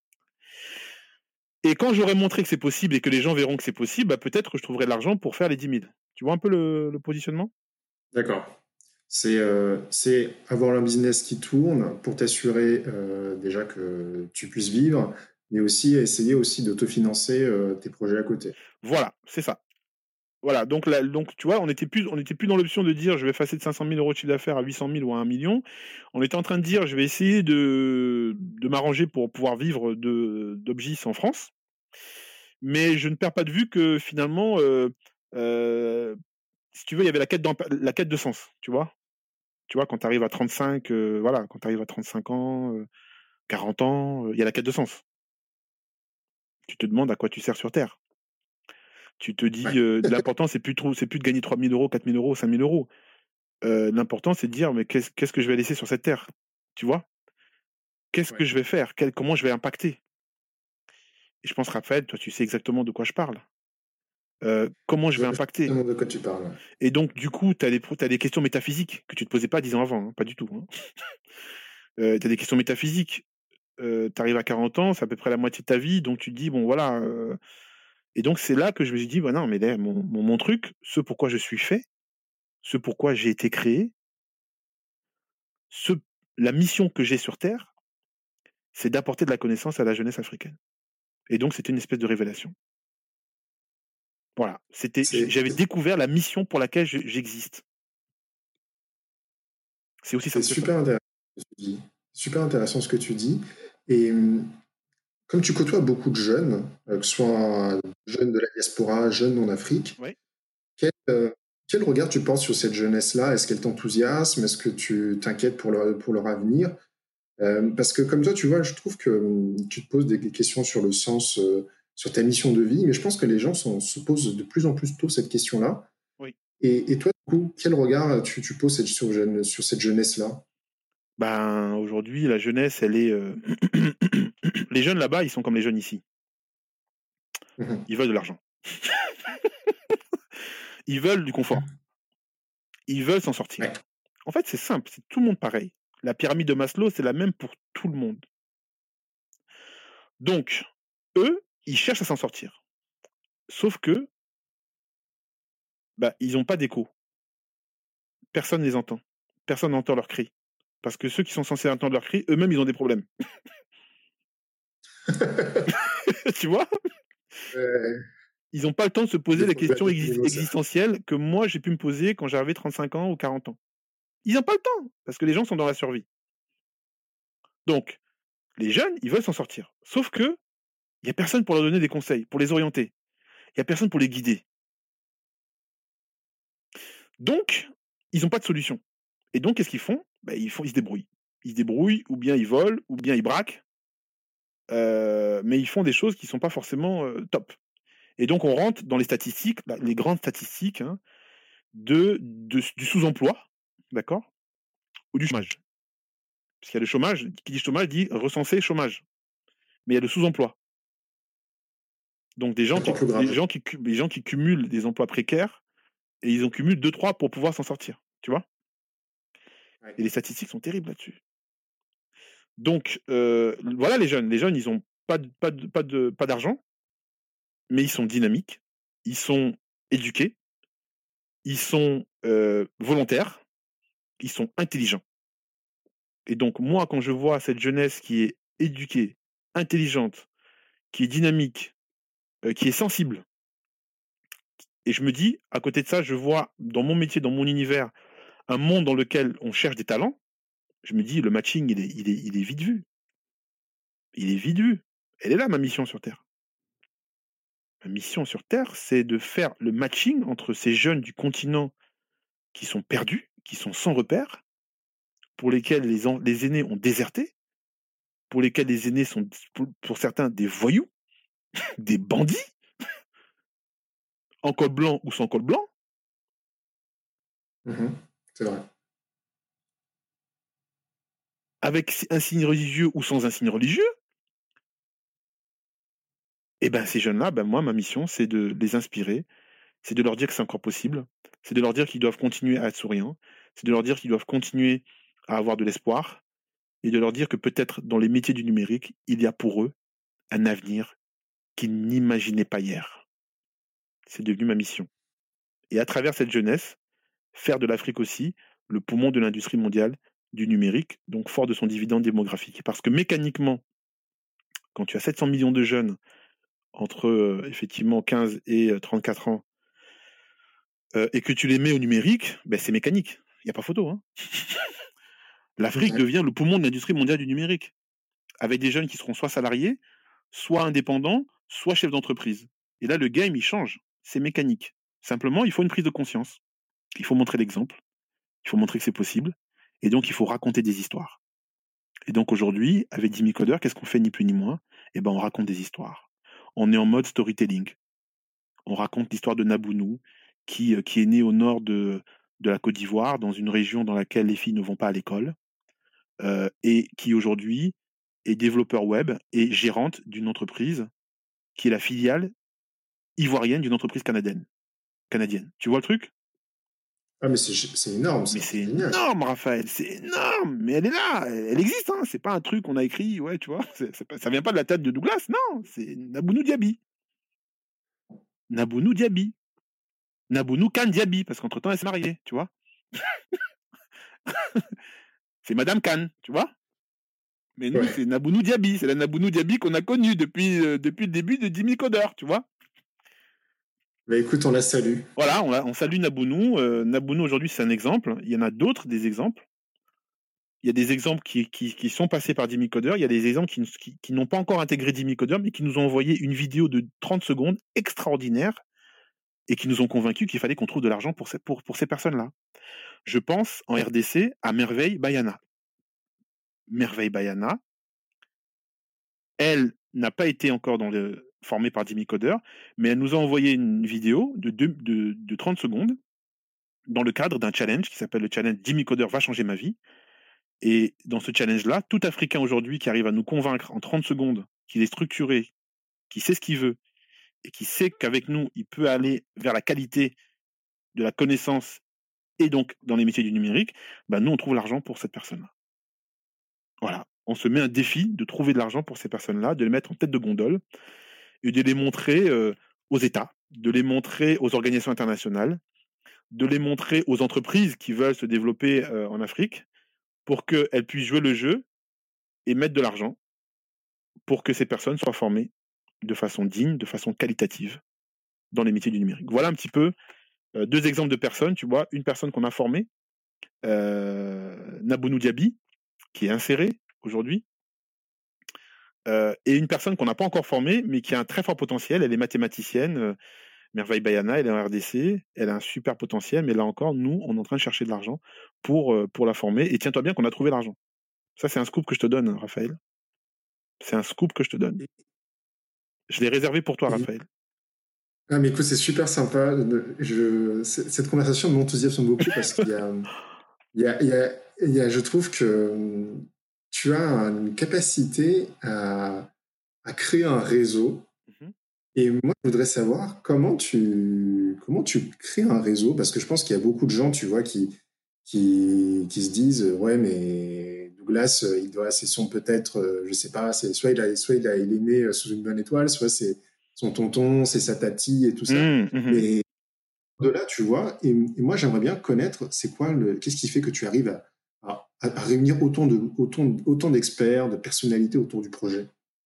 Et quand j'aurai montré que c'est possible et que les gens verront que c'est possible, bah, peut-être que je trouverai de l'argent pour faire les dix mille. Tu vois un peu le, le positionnement? D'accord. C'est euh, c'est avoir un business qui tourne pour t'assurer euh, déjà que tu puisses vivre, mais aussi essayer aussi d'autofinancer euh, tes projets à côté. Voilà, c'est ça. Voilà, donc, là, donc tu vois, on n'était plus, on était plus dans l'option de dire je vais passer de cinq cent mille euros de chiffre d'affaires à huit cent mille ou à un million. On était en train de dire je vais essayer de, de m'arranger pour pouvoir vivre de d'Obgis en France. Mais je ne perds pas de vue que finalement, euh, euh, si tu veux, il y avait la quête, d'emp- la quête de sens, tu vois. Tu vois, quand tu arrives à trente-cinq, euh, voilà, quand tu arrives à trente-cinq ans, euh, quarante ans, euh, il y a la quête de sens. Tu te demandes à quoi tu sers sur Terre. Tu te dis, Ouais. euh, l'important, c'est plus trop, c'est plus de gagner trois mille euros, quatre mille euros, cinq mille euros. Euh, l'important, c'est de dire, mais qu'est-ce, qu'est-ce que je vais laisser sur cette terre? Tu vois? Qu'est-ce Ouais. que je vais faire? Quel- comment je vais impacter? Et je pense, Raphaël, toi, tu sais exactement de quoi je parle. Euh, comment je Je vais vois impacter? exactement de quoi tu parles. Et donc, du coup, tu as des, t'as des questions métaphysiques que tu te posais pas dix ans avant, hein, pas du tout. Hein. Euh, tu as des questions métaphysiques. Euh, tu arrives à quarante ans, c'est à peu près la moitié de ta vie, donc tu te dis, bon, voilà. euh, Et donc, c'est là que je me suis dit, bah non, mais là, mon, mon, mon truc, ce pourquoi je suis fait, ce pourquoi j'ai été créé, ce, la mission que j'ai sur Terre, c'est d'apporter de la connaissance à la jeunesse africaine. Et donc, c'était une espèce de révélation. Voilà. C'était, C'est j'avais découvert la mission pour laquelle je- j'existe. C'est aussi c'est simple que ça. super intéressant ce que tu dis. Super intéressant ce que tu dis. Et hum, comme tu côtoies beaucoup de jeunes, euh, que ce soit jeunes de la diaspora, jeunes en Afrique, Ouais. quel, euh, quel regard tu penses sur cette jeunesse-là? Est-ce qu'elle t'enthousiasme? Est-ce que tu t'inquiètes pour leur, pour leur avenir? Euh, parce que comme toi, tu vois, je trouve que hum, tu te poses des des questions sur le sens, euh, sur ta mission de vie, mais je pense que les gens sont- se posent de plus en plus tôt cette question-là. Oui. Et, et toi, du coup, quel regard tu, tu poses cette- sur, jeune- sur cette jeunesse-là? Ben, aujourd'hui, la jeunesse, elle est. euh, les jeunes là-bas, ils sont comme les jeunes ici. Mhm. Ils veulent de l'argent. Ils veulent du confort. Ils veulent s'en sortir. Ouais. En fait, c'est simple. C'est tout le monde pareil. La pyramide de Maslow, c'est la même pour tout le monde. Donc, eux, ils cherchent à s'en sortir. Sauf que, bah, ils n'ont pas d'écho. Personne ne les entend. Personne n'entend leurs cris. Parce que ceux qui sont censés entendre leurs cris, eux-mêmes, ils ont des problèmes. Tu vois? Euh, Ils n'ont pas le temps de se poser des les questions problématiques exi- nécessaires. existentielles que moi, j'ai pu me poser quand j'avais trente-cinq ans ou quarante ans. Ils n'ont pas le temps, parce que les gens sont dans la survie. Donc, les jeunes, ils veulent s'en sortir. Sauf que, il n'y a personne pour leur donner des conseils, pour les orienter. Il n'y a personne pour les guider. Donc, ils n'ont pas de solution. Et donc, qu'est-ce qu'ils font? Ben, ils, font ils se débrouillent. Ils se débrouillent, ou bien ils volent, ou bien ils braquent, euh, mais ils font des choses qui ne sont pas forcément euh, top. Et donc, on rentre dans les statistiques, bah, les grandes statistiques hein, de, de, du sous-emploi, d'accord? Ou du chômage. Parce qu'il y a le chômage, qui dit chômage dit recenser chômage. Mais il y a le sous-emploi. Donc, des gens, qui, Encore plus des, grave. gens qui, des gens qui cumulent des emplois précaires et ils en cumulent deux trois pour pouvoir s'en sortir. Tu vois? Ouais. Et les statistiques sont terribles là-dessus. Donc, euh, voilà les jeunes. Les jeunes, ils n'ont pas, de, pas, de, pas, de, pas d'argent, mais ils sont dynamiques, ils sont éduqués, ils sont euh, volontaires, ils sont intelligents. Et donc, moi, quand je vois cette jeunesse qui est éduquée, intelligente, qui est dynamique, euh, qui est sensible. Et je me dis, à côté de ça, je vois dans mon métier, dans mon univers, un monde dans lequel on cherche des talents. Je me dis, le matching, il est, il est, il est vite vu. Il est vite vu. Elle est là, ma mission sur Terre. Ma mission sur Terre, c'est de faire le matching entre ces jeunes du continent qui sont perdus, qui sont sans repère, pour lesquels les, en, les aînés ont déserté, pour lesquels les aînés sont, pour, pour certains, des voyous, des bandits, en col blanc ou sans col blanc. Mmh, c'est vrai. Avec un signe religieux ou sans un signe religieux. Et ben ces jeunes-là, ben moi, ma mission, c'est de les inspirer, c'est de leur dire que c'est encore possible, c'est de leur dire qu'ils doivent continuer à être souriants, c'est de leur dire qu'ils doivent continuer à avoir de l'espoir, et de leur dire que peut-être dans les métiers du numérique, il y a pour eux un avenir qu'ils n'imaginaient pas hier. C'est devenu ma mission. Et à travers cette jeunesse, faire de l'Afrique aussi le poumon de l'industrie mondiale du numérique, donc fort de son dividende démographique. Parce que mécaniquement, quand tu as sept cents millions de jeunes entre euh, effectivement quinze et trente-quatre ans, euh, et que tu les mets au numérique, ben c'est mécanique. Il n'y a pas photo. Hein. L'Afrique Ouais. devient le poumon de l'industrie mondiale du numérique, avec des jeunes qui seront soit salariés, soit indépendants, soit chefs d'entreprise. Et là, le game, il change. C'est mécanique. Simplement, il faut une prise de conscience. Il faut montrer l'exemple. Il faut montrer que c'est possible. Et donc, il faut raconter des histoires. Et donc, aujourd'hui, avec Dimicoder, qu'est-ce qu'on fait ni plus ni moins ? Eh ben, on raconte des histoires. On est en mode storytelling. On raconte l'histoire de Nabounou, qui, qui est né au nord de, de la Côte d'Ivoire, dans une région dans laquelle les filles ne vont pas à l'école, euh, et qui aujourd'hui est développeur web et gérante d'une entreprise qui est la filiale ivoirienne d'une entreprise canadienne. canadienne. Tu vois le truc ? Ah, mais c'est, c'est énorme, ça. Mais c'est génial. énorme, Raphaël, c'est énorme. Mais elle est là, elle, elle existe. Hein. C'est pas un truc qu'on a écrit, ouais, tu vois. C'est, c'est pas, ça vient pas de la tête de Douglas, non. C'est Nabounou Diaby. Nabounou Diaby. Nabounou Khan Diaby, parce qu'entre-temps, elle s'est mariée, tu vois. C'est Madame Khan, tu vois. Mais nous, ouais. c'est Nabounou Diaby. C'est la Nabounou Diaby qu'on a connue depuis, euh, depuis le début de Dimicoder, tu vois. Bah écoute, on la salue. Voilà, on, la, on salue Nabounou. Euh, Nabounou, aujourd'hui, c'est un exemple. Il y en a d'autres, des exemples. Il y a des exemples qui, qui, qui sont passés par Dimicoder. Il y a des exemples qui, qui, qui n'ont pas encore intégré Dimicoder, mais qui nous ont envoyé une vidéo de trente secondes extraordinaire et qui nous ont convaincus qu'il fallait qu'on trouve de l'argent pour ces, pour, pour ces personnes-là. Je pense, en R D C, à Merveille Bayana. Merveille Bayana, elle n'a pas été encore dans le, formée par Dimicoder, mais elle nous a envoyé une vidéo de, de, de, de trente secondes dans le cadre d'un challenge qui s'appelle le challenge Dimicoder va changer ma vie. Et dans ce challenge-là, tout Africain aujourd'hui qui arrive à nous convaincre en trente secondes qu'il est structuré, qu'il sait ce qu'il veut, et qui sait qu'avec nous, il peut aller vers la qualité de la connaissance et donc dans les métiers du numérique, bah nous, on trouve l'argent pour cette personne-là. Voilà. On se met un défi de trouver de l'argent pour ces personnes-là, de les mettre en tête de gondole et de les montrer euh, aux États, de les montrer aux organisations internationales, de les montrer aux entreprises qui veulent se développer euh, en Afrique pour qu'elles puissent jouer le jeu et mettre de l'argent pour que ces personnes soient formées de façon digne, de façon qualitative dans les métiers du numérique. Voilà un petit peu euh, deux exemples de personnes, tu vois, une personne qu'on a formée, euh, Nabounou Diaby, qui est insérée aujourd'hui, euh, et une personne qu'on n'a pas encore formée, mais qui a un très fort potentiel, elle est mathématicienne, euh, Merveille Bayana, elle est en R D C, elle a un super potentiel, mais là encore, nous, on est en train de chercher de l'argent pour, euh, pour la former, et tiens-toi bien qu'on a trouvé l'argent. Ça, c'est un scoop que je te donne, Raphaël. C'est un scoop que je te donne. Je l'ai réservé pour toi, Raphaël. Ah, mais écoute, c'est super sympa. Je, cette conversation m'enthousiasme beaucoup parce qu'il y a, il y a, il y a, il y a, je trouve que tu as une capacité à, à créer un réseau. Mm-hmm. Et moi, je voudrais savoir comment tu, comment tu crées un réseau, parce que je pense qu'il y a beaucoup de gens, tu vois, qui, qui, qui se disent, ouais, mais Douglas, il doit, c'est son peut-être, je sais pas, c'est, soit, il a, soit il, a, il est né sous une bonne étoile, soit c'est son tonton, c'est sa tati et tout ça. Mmh, mmh. Mais de là, tu vois, et, et moi, j'aimerais bien connaître, c'est quoi le, qu'est-ce qui fait que tu arrives à, à, à réunir autant, de, autant, autant d'experts, de personnalités autour du projet ?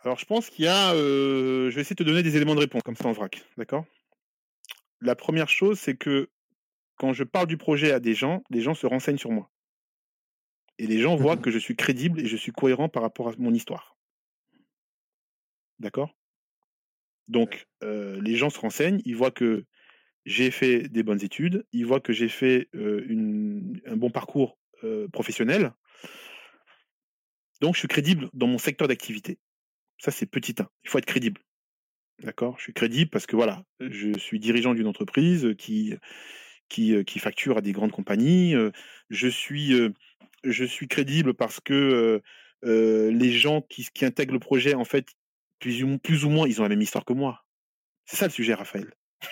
Alors, je pense qu'il y a... euh, je vais essayer de te donner des éléments de réponse, comme ça en vrac, d'accord? La première chose, c'est que quand je parle du projet à des gens, les gens se renseignent sur moi. Et les gens voient Mhm. que je suis crédible et je suis cohérent par rapport à mon histoire. D'accord? Donc, euh, les gens se renseignent, ils voient que j'ai fait des bonnes études, ils voient que j'ai fait euh, une- un bon parcours euh, professionnel. Donc, je suis crédible dans mon secteur d'activité. Ça, c'est petit un. Il faut être crédible. D'accord? Je suis crédible parce que voilà, je suis dirigeant d'une entreprise qui, qui, euh, qui facture à des grandes compagnies. Euh, Je suis, euh, je suis crédible parce que euh, euh, les gens qui, qui intègrent le projet, en fait, plus ou, plus ou moins, ils ont la même histoire que moi. C'est ça le sujet, Raphaël.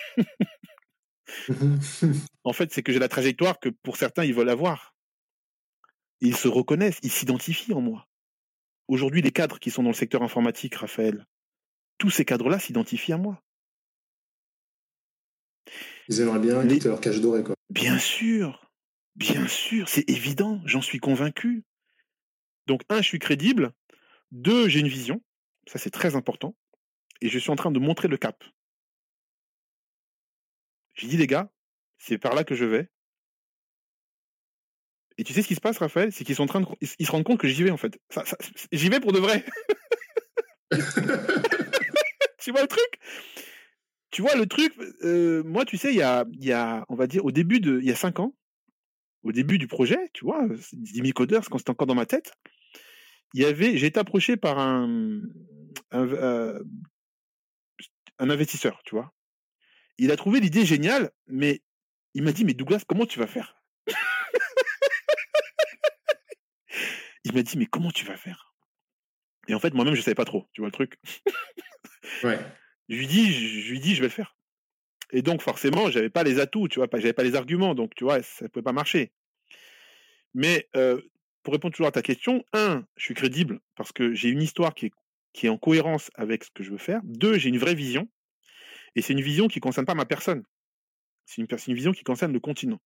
Mhm. En fait, c'est que j'ai la trajectoire que pour certains, ils veulent avoir. Ils se reconnaissent, ils s'identifient en moi. Aujourd'hui, les cadres qui sont dans le secteur informatique, Raphaël, tous ces cadres-là s'identifient à moi. Ils aimeraient bien Les... quitter leur cage dorée, quoi. Bien sûr, bien sûr, c'est évident, j'en suis convaincu. Donc, un, je suis crédible. Deux, j'ai une vision. Ça, c'est très important. Et je suis en train de montrer le cap. J'ai dit, les gars, c'est par là que je vais. Et tu sais ce qui se passe, Raphaël? C'est qu'ils sont en train de... Ils se rendent compte que j'y vais, en fait. Ça, ça... J'y vais pour de vrai. Tu vois le truc? Tu vois le truc, euh, moi, tu sais, il y a, il y a, on va dire, au début de, il y a cinq ans, au début du projet, tu vois, dix mille codeurs, quand c'était encore dans ma tête, il y avait, j'ai été approché par un, un, euh, un investisseur, tu vois. Il a trouvé l'idée géniale, mais il m'a dit, mais Douglas, comment tu vas faire? Il m'a dit, mais comment tu vas faire? Et en fait, moi-même, je savais pas trop, tu vois le truc. Ouais. Je lui dis, je lui dis, je vais le faire. Et donc, forcément, j'avais pas les atouts, tu vois, pas, j'avais pas les arguments, donc, tu vois, ça pouvait pas marcher. Mais euh, pour répondre toujours à ta question, un, je suis crédible parce que j'ai une histoire qui est, qui est en cohérence avec ce que je veux faire. Deux, j'ai une vraie vision. Et c'est une vision qui ne concerne pas ma personne. C'est une, c'est une vision qui concerne le continent.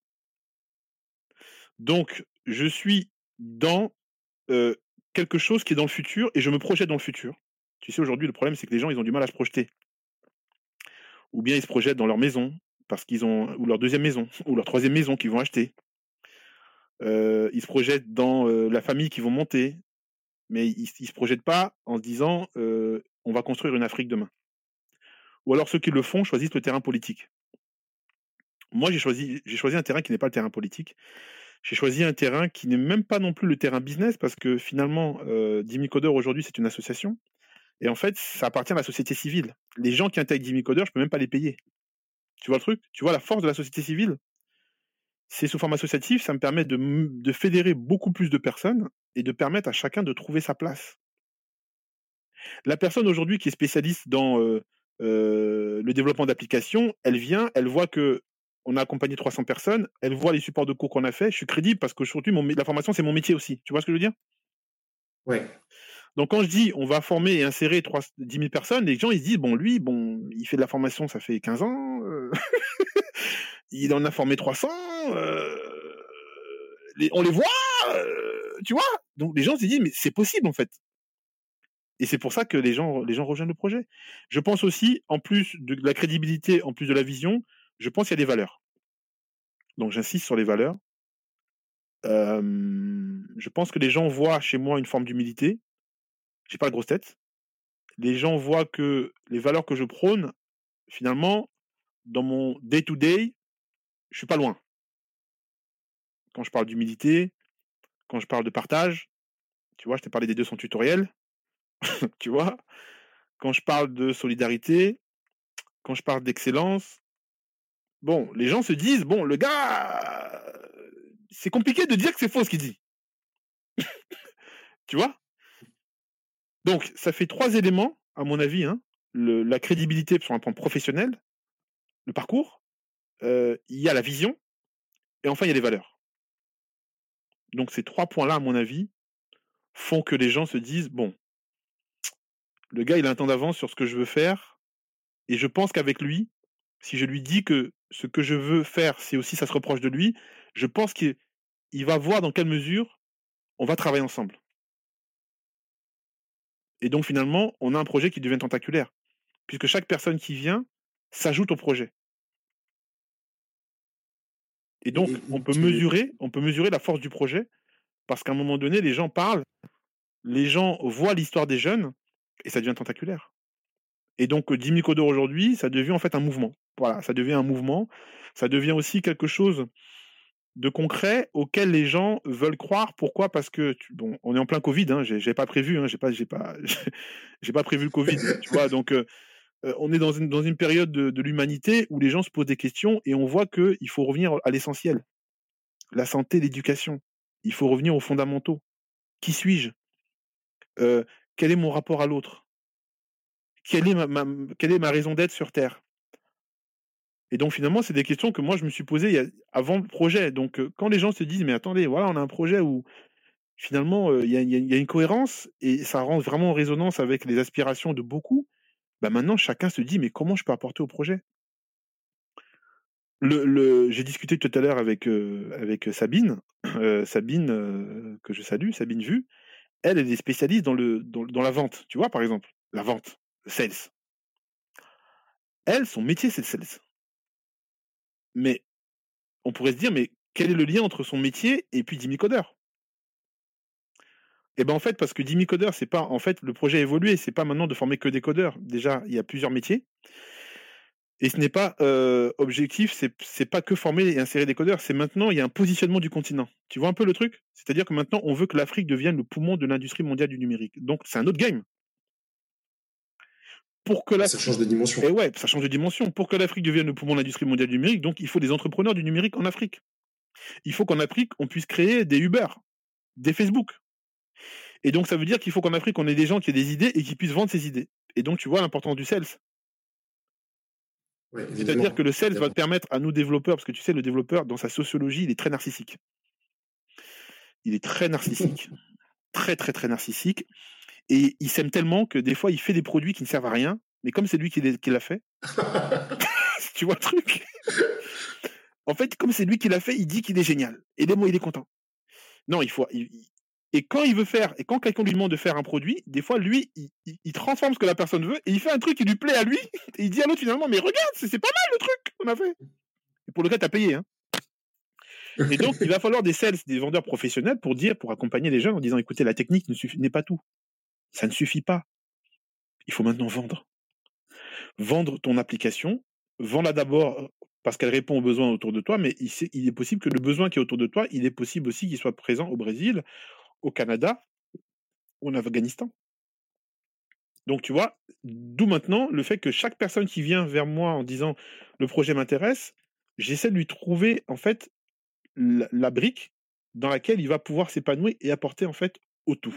Donc, je suis dans euh, quelque chose qui est dans le futur et je me projette dans le futur. Tu sais, aujourd'hui, le problème, c'est que les gens, ils ont du mal à se projeter. Ou bien ils se projettent dans leur maison, parce qu'ils ont, ou leur deuxième maison, ou leur troisième maison qu'ils vont acheter. Euh, ils se projettent dans euh, la famille qu'ils vont monter, mais ils ne se projettent pas en se disant euh, on va construire une Afrique demain. Ou alors ceux qui le font choisissent le terrain politique. Moi, j'ai choisi, j'ai choisi un terrain qui n'est pas le terrain politique. J'ai choisi un terrain qui n'est même pas non plus le terrain business, parce que finalement, euh, dix mille codeurs aujourd'hui, c'est une association. Et en fait, ça appartient à la société civile. Les gens qui intègrent dix mille codeurs, je ne peux même pas les payer. Tu vois le truc? Tu vois la force de la société civile? C'est sous forme associative, ça me permet de, de fédérer beaucoup plus de personnes et de permettre à chacun de trouver sa place. La personne aujourd'hui qui est spécialiste dans euh, euh, le développement d'applications, elle vient, elle voit que on a accompagné trois cents personnes, elle voit les supports de cours qu'on a fait, je suis crédible parce qu'aujourd'hui, mon, la formation, c'est mon métier aussi. Tu vois ce que je veux dire? Ouais. Donc quand je dis on va former et insérer dix mille personnes, les gens ils se disent bon lui, bon, il fait de la formation, ça fait quinze ans, euh, il en a formé trois cents, euh, les, on les voit, euh, tu vois? Donc les gens se disent mais c'est possible en fait. Et c'est pour ça que les gens, les gens rejoignent le projet. Je pense aussi, en plus de la crédibilité, en plus de la vision, je pense qu'il y a des valeurs. Donc j'insiste sur les valeurs. Euh, je pense que les gens voient chez moi une forme d'humilité. J'ai pas de grosse tête. Les gens voient que les valeurs que je prône, finalement, dans mon day-to-day, je suis pas loin. Quand je parle d'humilité, quand je parle de partage, tu vois, je t'ai parlé des deux cents tutoriels, tu vois. Quand je parle de solidarité, quand je parle d'excellence, bon, les gens se disent, bon, le gars, c'est compliqué de dire que c'est faux ce qu'il dit. Tu vois? Donc, ça fait trois éléments, à mon avis, hein. Le, la crédibilité sur un plan professionnel, le parcours, euh, il y a la vision, et enfin, il y a les valeurs. Donc, ces trois points-là, à mon avis, font que les gens se disent, bon, le gars, il a un temps d'avance sur ce que je veux faire, et je pense qu'avec lui, si je lui dis que ce que je veux faire, c'est aussi, ça se reproche de lui, je pense qu'il va voir dans quelle mesure on va travailler ensemble. Et donc, finalement, on a un projet qui devient tentaculaire, puisque chaque personne qui vient s'ajoute au projet. Et donc, Et on peut tu- mesurer, on peut mesurer la force du projet, parce qu'à un moment donné, les gens parlent, les gens voient l'histoire des jeunes, et ça devient tentaculaire. Et donc, euh, dix mille codeurs aujourd'hui, ça devient en fait un mouvement. Voilà, ça devient un mouvement. Ça devient aussi quelque chose de concret auquel les gens veulent croire. Pourquoi? Parce que tu- bon, on est en plein Covid. Hein, j'ai, j'ai pas prévu. Hein, j'ai pas, j'ai pas, j'ai pas prévu le Covid. Tu vois, donc euh, euh, on est dans une dans une période de, de l'humanité où les gens se posent des questions et on voit que il faut revenir à l'essentiel, la santé, l'éducation. Il faut revenir aux fondamentaux. Qui suis-je? Euh, Quel est mon rapport à l'autre? Quelle est ma, ma- quelle est ma raison d'être sur Terre? Et donc finalement, c'est des questions que moi je me suis posées il y a- avant le projet. Donc euh, quand les gens se disent, mais attendez, voilà, on a un projet où finalement euh, il y, a, il y a- il y a une cohérence et ça rentre vraiment en résonance avec les aspirations de beaucoup, bah maintenant chacun se dit, mais comment je peux apporter au projet? Le, le- j'ai discuté tout à l'heure avec, euh, avec Sabine, euh, Sabine euh, que je salue, Sabine Vu. Elle, elle est spécialiste dans, le, dans, dans la vente, tu vois, par exemple, la vente, le sales. Elle, son métier, c'est le sales. Mais on pourrait se dire, mais quel est le lien entre son métier et puis Jimmy Coder? Eh ben en fait, parce que dix mille codeurs, c'est pas en fait le projet a évolué, c'est pas maintenant de former que des codeurs. Déjà, il y a plusieurs métiers et ce n'est pas euh, objectif, c'est c'est pas que former et insérer des codeurs, c'est maintenant il y a un positionnement du continent. Tu vois un peu le truc? C'est-à-dire que maintenant on veut que l'Afrique devienne le poumon de l'industrie mondiale du numérique. Donc c'est un autre game. Pour que Ah, ça l'Afrique change de dimension. et ouais, ça change de dimension. Pour que l'Afrique devienne le poumon de l'industrie mondiale du numérique, donc il faut des entrepreneurs du numérique en Afrique. Il faut qu'en Afrique on puisse créer des Uber, des Facebook. Et donc ça veut dire qu'il faut qu'en Afrique on ait des gens qui aient des idées et qui puissent vendre ces idées. Et donc tu vois l'importance du sales. Ouais, évidemment. C'est-à-dire que le sales Évidemment. va permettre à nous développeurs, parce que tu sais, le développeur, dans sa sociologie, il est très narcissique. Il est très narcissique. Très, très, très narcissique. Et il s'aime tellement que des fois, il fait des produits qui ne servent à rien, mais comme c'est lui qui les- qui l'a fait, tu vois le truc? En fait, comme c'est lui qui l'a fait, il dit qu'il est génial. Et des mots, il est content. Non, il faut. il- il- Et quand il veut faire, et quand quelqu'un lui demande de faire un produit, des fois, lui, il, il- il transforme ce que la personne veut et il fait un truc qui lui plaît à lui. Et il dit à l'autre finalement, mais regarde, c'est c'est pas mal le truc qu'on a fait. Et pour lequel tu as payé, hein. Et donc, il va falloir des sales, des vendeurs professionnels pour dire, pour accompagner les jeunes en disant, écoutez, la technique ne suffit, n'est pas tout. Ça ne suffit pas. Il faut maintenant vendre. Vendre ton application, vends-la d'abord parce qu'elle répond aux besoins autour de toi, mais il, sait- il est possible que le besoin qui est autour de toi, il est possible aussi qu'il soit présent au Brésil, au Canada ou en Afghanistan. Donc, tu vois, d'où maintenant le fait que chaque personne qui vient vers moi en disant, le projet m'intéresse, j'essaie de lui trouver, en fait, la, la brique dans laquelle il va pouvoir s'épanouir et apporter en fait au tout.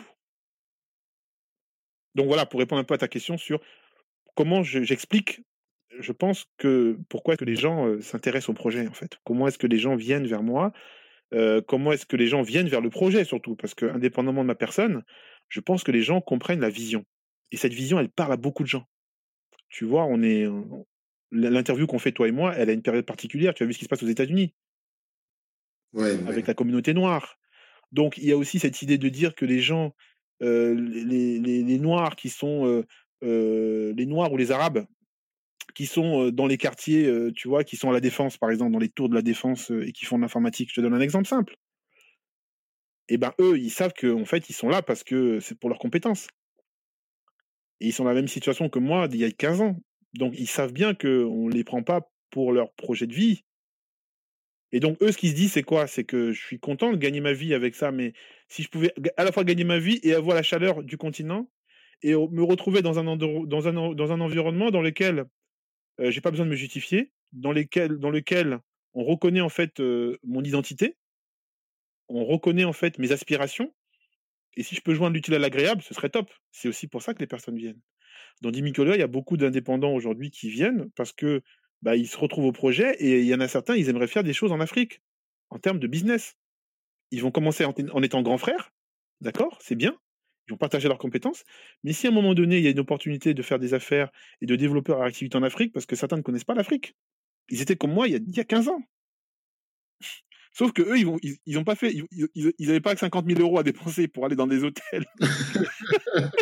Donc voilà, pour répondre un peu à ta question sur comment je- j'explique, je pense que pourquoi est-ce que les gens euh, s'intéressent au projet en fait. Comment est-ce que les gens viennent vers moi, euh, comment est-ce que les gens viennent vers le projet surtout, parce que indépendamment de ma personne, je pense que les gens comprennent la vision. Et cette vision, elle parle à beaucoup de gens. Tu vois, on est on- l'interview qu'on fait toi et moi, elle a une période particulière. Tu as vu ce qui se passe aux États-Unis Ouais, ouais. avec la communauté noire. Donc, il y a aussi cette idée de dire que les gens, euh, les, les, les Noirs qui sont, euh, euh, les Noirs ou les Arabes, qui sont euh, dans les quartiers, euh, tu vois, qui sont à la Défense, par exemple, dans les tours de la Défense euh, et qui font de l'informatique. Je te donne un exemple simple. Eh ben, eux, ils savent qu'en fait, ils sont là parce que c'est pour leurs compétences. Et ils sont dans la même situation que moi d'il y a quinze ans. Donc, ils savent bien qu'on ne les prend pas pour leur projet de vie. Et donc, eux, ce qu'ils se disent, c'est quoi? C'est que je suis content de gagner ma vie avec ça, mais si je pouvais à la fois gagner ma vie et avoir la chaleur du continent et me retrouver dans un, endro- dans un, en- dans un environnement dans lequel euh, j'ai pas besoin de me justifier, dans, lesquels, dans lequel on reconnaît en fait euh, mon identité, on reconnaît en fait mes aspirations, et si je peux joindre l'utile à l'agréable, ce serait top. C'est aussi pour ça que les personnes viennent. Dans Dimicola, il y a beaucoup d'indépendants aujourd'hui qui viennent parce que bah, ils se retrouvent au projet et il y en a certains, ils aimeraient faire des choses en Afrique en termes de business. Ils vont commencer en, en étant grands frères, d'accord, c'est bien. Ils vont partager leurs compétences. Mais si à un moment donné, il y a une opportunité de faire des affaires et de développer leur activité en Afrique, parce que certains ne connaissent pas l'Afrique, ils étaient comme moi il y a, il y a quinze ans. Sauf que eux, ils vont, ils, ils ont pas fait, ils, ils, ils avaient pas cinquante mille euros à dépenser pour aller dans des hôtels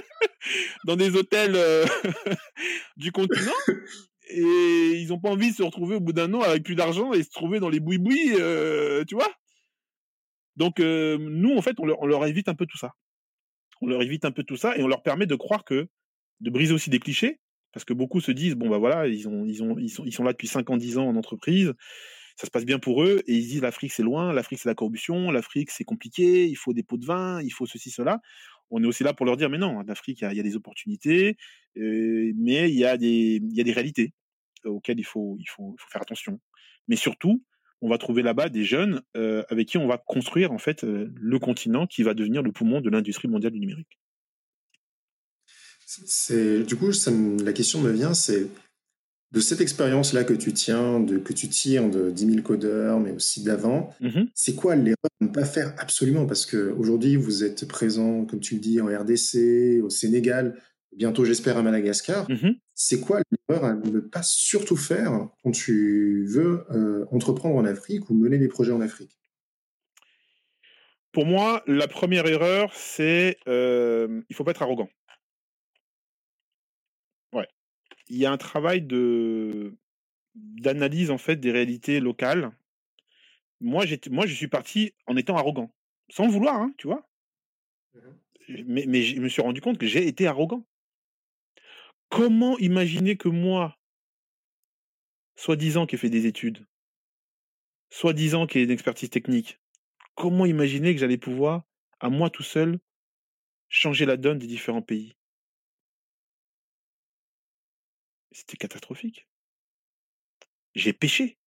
dans des hôtels euh, du continent. Et ils n'ont pas envie de se retrouver au bout d'un an avec plus d'argent et se trouver dans les boui-boui, euh, tu vois. Donc, euh, nous, en fait, on leur, on leur évite un peu tout ça. On leur évite un peu tout ça et on leur permet de croire que, de briser aussi des clichés, parce que beaucoup se disent, bon, bah voilà, ils, ont, ils, ont, ils, sont, ils sont là depuis cinq ans, dix ans en entreprise, ça se passe bien pour eux, et ils se disent, l'Afrique, c'est loin, l'Afrique, c'est la corruption, l'Afrique, c'est compliqué, il faut des pots de vin, il faut ceci, cela. On est aussi là pour leur dire, mais non, en Afrique, il y, y a des opportunités, euh, mais il y, a des, il y a des réalités auxquelles il faut, il faut, il faut faire attention. Mais surtout, on va trouver là-bas des jeunes euh, avec qui on va construire en fait euh, le continent qui va devenir le poumon de l'industrie mondiale du numérique. C'est, du coup, ça me- la question me vient, c'est de cette expérience-là que tu tiens, de, que tu tires de dix mille codeurs, mais aussi d'avant, Mm-hmm. c'est quoi l'erreur de ne pas faire absolument? Parce qu'aujourd'hui, vous êtes présent, comme tu le dis, en R D C, au Sénégal, bientôt, j'espère, à Madagascar. Mm-hmm. C'est quoi l'erreur à ne pas surtout faire quand tu veux euh, entreprendre en Afrique ou mener des projets en Afrique? Pour moi, la première erreur, c'est euh, il faut pas être arrogant. Ouais. Il y a un travail de d'analyse en fait des réalités locales. Moi, j'étais, moi, je suis parti en étant arrogant, sans le vouloir, hein, tu vois. Mais, mais je me suis rendu compte que j'ai été arrogant. Comment imaginer que moi, soi-disant qui ai fait des études, soi-disant qui ai une expertise technique, comment imaginer que j'allais pouvoir, à moi tout seul, changer la donne des différents pays? C'était catastrophique. J'ai péché.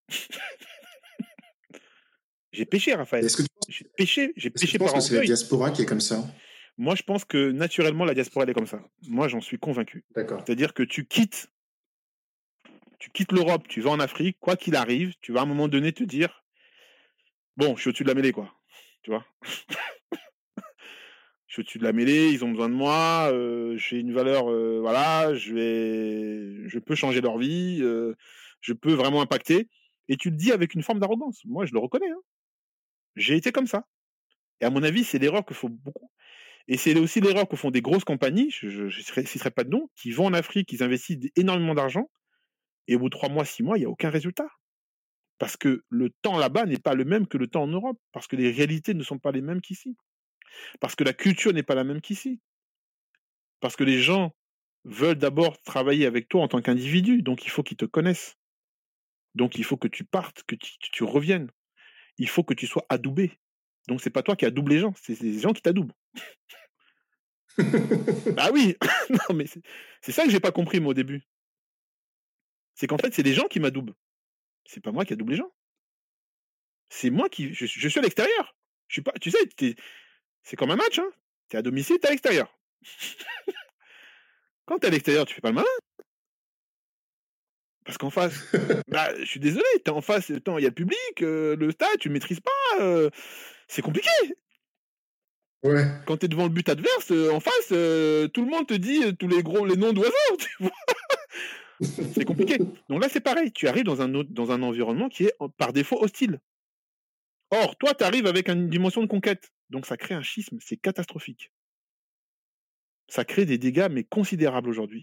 J'ai péché, Raphaël. Est-ce que tu penses, J'ai péché, j'ai est-ce que péché tu penses par que c'est la orgueil. diaspora qui est comme ça? Moi, je pense que naturellement, la diaspora, elle est comme ça. Moi, j'en suis convaincu. D'accord. C'est-à-dire que tu quittes, tu quittes l'Europe, tu vas en Afrique, quoi qu'il arrive, tu vas à un moment donné te dire, bon, je suis au-dessus de la mêlée, quoi. Tu vois? Je suis au-dessus de la mêlée, ils ont besoin de moi, euh, j'ai une valeur, euh, voilà, je vais, je peux changer leur vie, euh, je peux vraiment impacter. Et tu le dis avec une forme d'arrogance. Moi, je le reconnais. Hein. J'ai été comme ça. Et à mon avis, c'est l'erreur que faut beaucoup. Et c'est aussi l'erreur que font des grosses compagnies, je ne citerai pas de nom, qui vont en Afrique, ils investissent énormément d'argent, et au bout de trois mois, six mois, il n'y a aucun résultat. Parce que le temps là-bas n'est pas le même que le temps en Europe, parce que les réalités ne sont pas les mêmes qu'ici, parce que la culture n'est pas la même qu'ici, parce que les gens veulent d'abord travailler avec toi en tant qu'individu, donc il faut qu'ils te connaissent. Donc il faut que tu partes, que tu, que tu reviennes. Il faut que tu sois adoubé. Donc c'est pas toi qui adoube les gens, c'est les gens qui t'adoubent. Bah oui, non mais c'est, c'est ça que j'ai pas compris moi au début. C'est qu'en fait c'est les gens qui m'adoubent. C'est pas moi qui adoube les gens. C'est moi qui, je, je suis à l'extérieur. Je suis pas, tu sais, t'es, c'est comme un match, hein. T'es à domicile, t'es à l'extérieur. Quand t'es à l'extérieur, tu fais pas le malin. Parce qu'en face, bah, je suis désolé, t'es en face, il y a le public, euh, le stade, tu le maîtrises pas, euh, c'est compliqué. Ouais. Quand t'es devant le but adverse, euh, en face, euh, tout le monde te dit euh, tous les gros, les noms d'oiseaux, tu vois. C'est compliqué. Donc là, c'est pareil, tu arrives dans un, autre, dans un environnement qui est par défaut hostile. Or, toi, tu arrives avec une dimension de conquête. Donc ça crée un schisme, c'est catastrophique. Ça crée des dégâts, mais considérables aujourd'hui.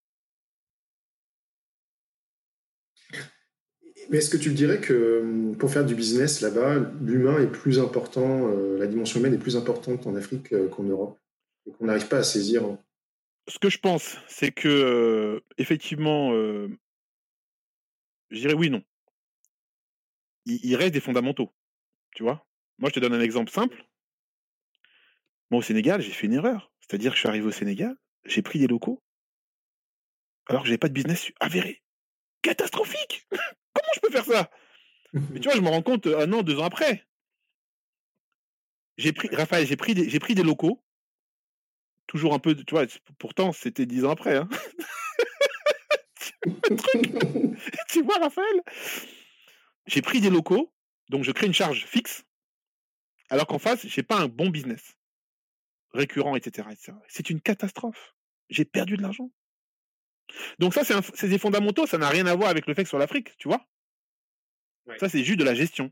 Mais est-ce que tu dirais que pour faire du business là-bas, l'humain est plus important, euh, la dimension humaine est plus importante en Afrique euh, qu'en Europe et qu'on n'arrive pas à saisir? Hein. Ce que je pense, c'est que euh, effectivement, euh, je dirais oui, non. Il, il reste des fondamentaux, tu vois. Moi, je te donne un exemple simple. Moi, au Sénégal, j'ai fait une erreur. C'est-à-dire que je suis arrivé au Sénégal, j'ai pris des locaux, alors que j'avais pas de business avéré. Catastrophique. Comment je peux faire ça? Mais tu vois, je me rends compte un an, deux ans après. J'ai pris, Raphaël, j'ai pris des, j'ai pris des locaux. Toujours un peu, tu vois, pourtant c'était dix ans après. Hein. Tu vois, Raphaël, j'ai pris des locaux, donc je crée une charge fixe, alors qu'en face, j'ai pas un bon business récurrent, et cetera, et cetera. C'est une catastrophe. J'ai perdu de l'argent. Donc ça, c'est, un, c'est des fondamentaux, ça n'a rien à voir avec le fait que sur l'Afrique, tu vois. Ouais. Ça, c'est juste de la gestion.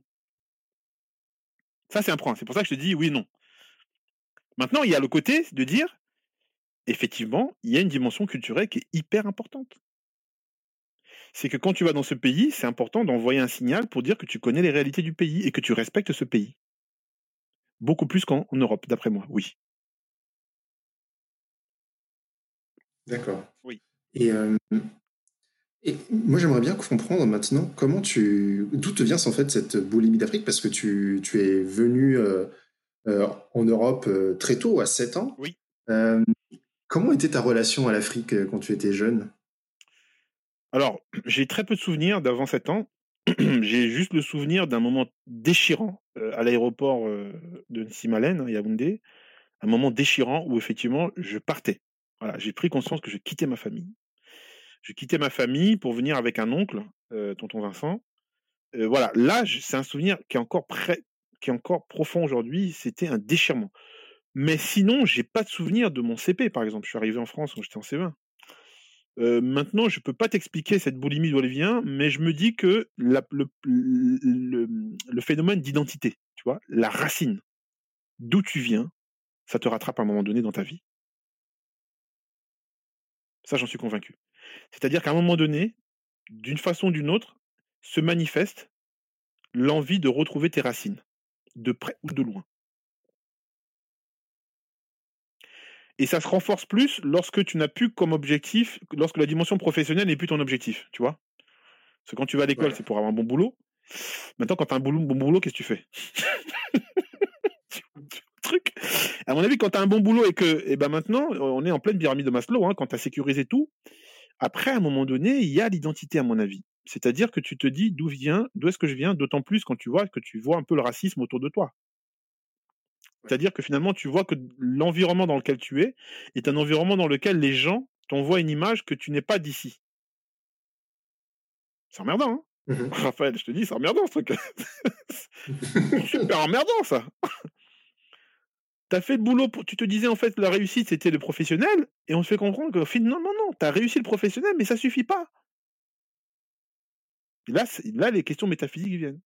Ça, c'est un point. C'est pour ça que je te dis oui, non. Maintenant, il y a le côté de dire, effectivement, il y a une dimension culturelle qui est hyper importante. C'est que quand tu vas dans ce pays, c'est important d'envoyer un signal pour dire que tu connais les réalités du pays et que tu respectes ce pays. Beaucoup plus qu'en en Europe, d'après moi, oui. D'accord. Oui. Et, euh, et moi, j'aimerais bien comprendre maintenant comment tu... D'où te vient en fait cette boulimie d'Afrique? Parce que tu, tu es venu euh, euh, en Europe euh, très tôt, à sept ans. Oui. Euh, comment était ta relation à l'Afrique euh, quand tu étais jeune? Alors, j'ai très peu de souvenirs d'avant sept ans. J'ai juste le souvenir d'un moment déchirant euh, à l'aéroport euh, de Nsimalen, hein, Yaoundé. Un moment déchirant où effectivement je partais. Voilà, j'ai pris conscience que je quittais ma famille. Je quittais ma famille pour venir avec un oncle, euh, tonton Vincent. Euh, voilà, là, je- c'est un souvenir qui est encore près, qui est encore profond aujourd'hui. C'était un déchirement. Mais sinon, j'ai pas de souvenir de mon C P, par exemple. Je suis arrivé en France quand j'étais en C E un. Euh, maintenant, je peux pas t'expliquer cette boulimie d'où elle vient, mais je me dis que la- le, le- le phénomène d'identité, tu vois, la racine, d'où tu viens, ça te rattrape à un moment donné dans ta vie. Ça, j'en suis convaincu. C'est-à-dire qu'à un moment donné, d'une façon ou d'une autre, se manifeste l'envie de retrouver tes racines, de près ou de loin. Et ça se renforce plus lorsque tu n'as plus comme objectif, lorsque la dimension professionnelle n'est plus ton objectif, tu vois. Parce que quand tu vas à l'école, Ouais. c'est pour avoir un bon boulot. Maintenant, quand tu as un boulot, bon boulot, qu'est-ce que tu fais? Tu vois le truc. À mon avis, quand tu as un bon boulot et que, et ben maintenant, on est en pleine pyramide de Maslow, hein, quand tu as sécurisé tout, après, à un moment donné, il y a l'identité, à mon avis. C'est-à-dire que tu te dis d'où vient, d'où est-ce que je viens, d'autant plus quand tu vois que tu vois un peu le racisme autour de toi. Ouais. C'est-à-dire que finalement, tu vois que l'environnement dans lequel tu es est un environnement dans lequel les gens t'envoient une image que tu n'es pas d'ici. C'est emmerdant, hein? Mhm. Raphaël, je te dis, c'est emmerdant ce truc. Super emmerdant ça. T'as fait le boulot, pour... tu te disais en fait la réussite c'était le professionnel, et on te fait comprendre que fin... non, non, non, t'as réussi le professionnel, mais ça suffit pas. Et là, c'est... là, les questions métaphysiques viennent.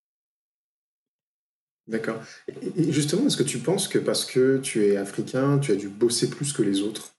D'accord. Et et justement, est-ce que tu penses que parce que tu es africain, tu as dû bosser plus que les autres?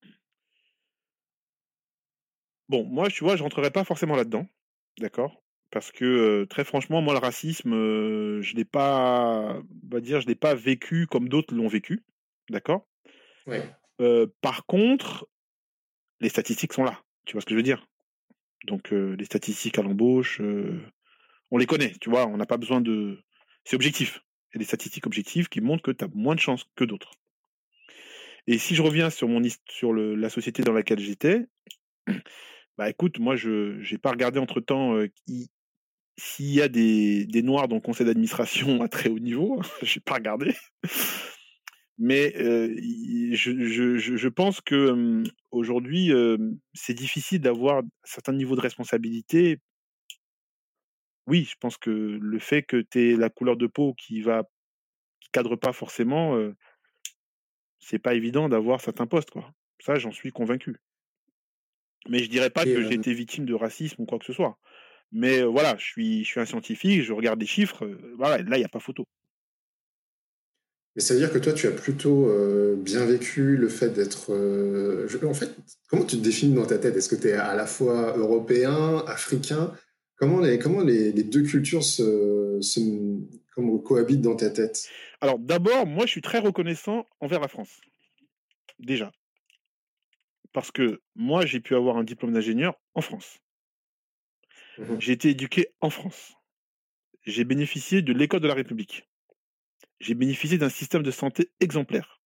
Bon, moi, tu vois, je rentrerai pas forcément là-dedans, d'accord? Parce que euh, très franchement, moi, le racisme, euh, je l'ai pas, on va dire, je l'ai pas vécu comme d'autres l'ont vécu, d'accord? Ouais. Euh, par contre, les statistiques sont là. Tu vois ce que je veux dire? Donc, euh, les statistiques à l'embauche, euh, on les connaît, tu vois, on n'a pas besoin de. C'est objectif. Il y a des statistiques objectives qui montrent que tu as moins de chances que d'autres. Et si je reviens sur, mon, sur le, la société dans laquelle j'étais, bah écoute, moi, je n'ai pas regardé entre-temps euh, qui, s'il y a des, des noirs dans le conseil d'administration à très haut niveau, je n'ai pas regardé. Mais euh, je, je, je pense que euh, aujourd'hui, euh, c'est difficile d'avoir un certain niveau de responsabilité. Oui, je pense que le fait que tu aies la couleur de peau qui va qui cadre pas forcément, euh, c'est pas évident d'avoir certains postes, quoi. Ça, j'en suis convaincu. Mais je dirais pas Et, que j'ai euh, été victime de racisme ou quoi que ce soit. Mais euh, voilà, je suis, je suis un scientifique, je regarde des chiffres. euh, voilà, là, il n'y a pas photo. mais ça veut dire que toi, tu as plutôt euh, bien vécu le fait d'être... euh, je- En fait, comment tu te définis dans ta tête? Est-ce que tu es à la fois européen, africain? Comment les, comment les, les deux cultures se, se, comment cohabitent dans ta tête? Alors, d'abord, moi, je suis très reconnaissant envers la France. Déjà. Parce que moi, j'ai pu avoir un diplôme d'ingénieur en France. Mhm. J'ai été éduqué en France. J'ai bénéficié de l'école de la République. J'ai bénéficié d'un système de santé exemplaire.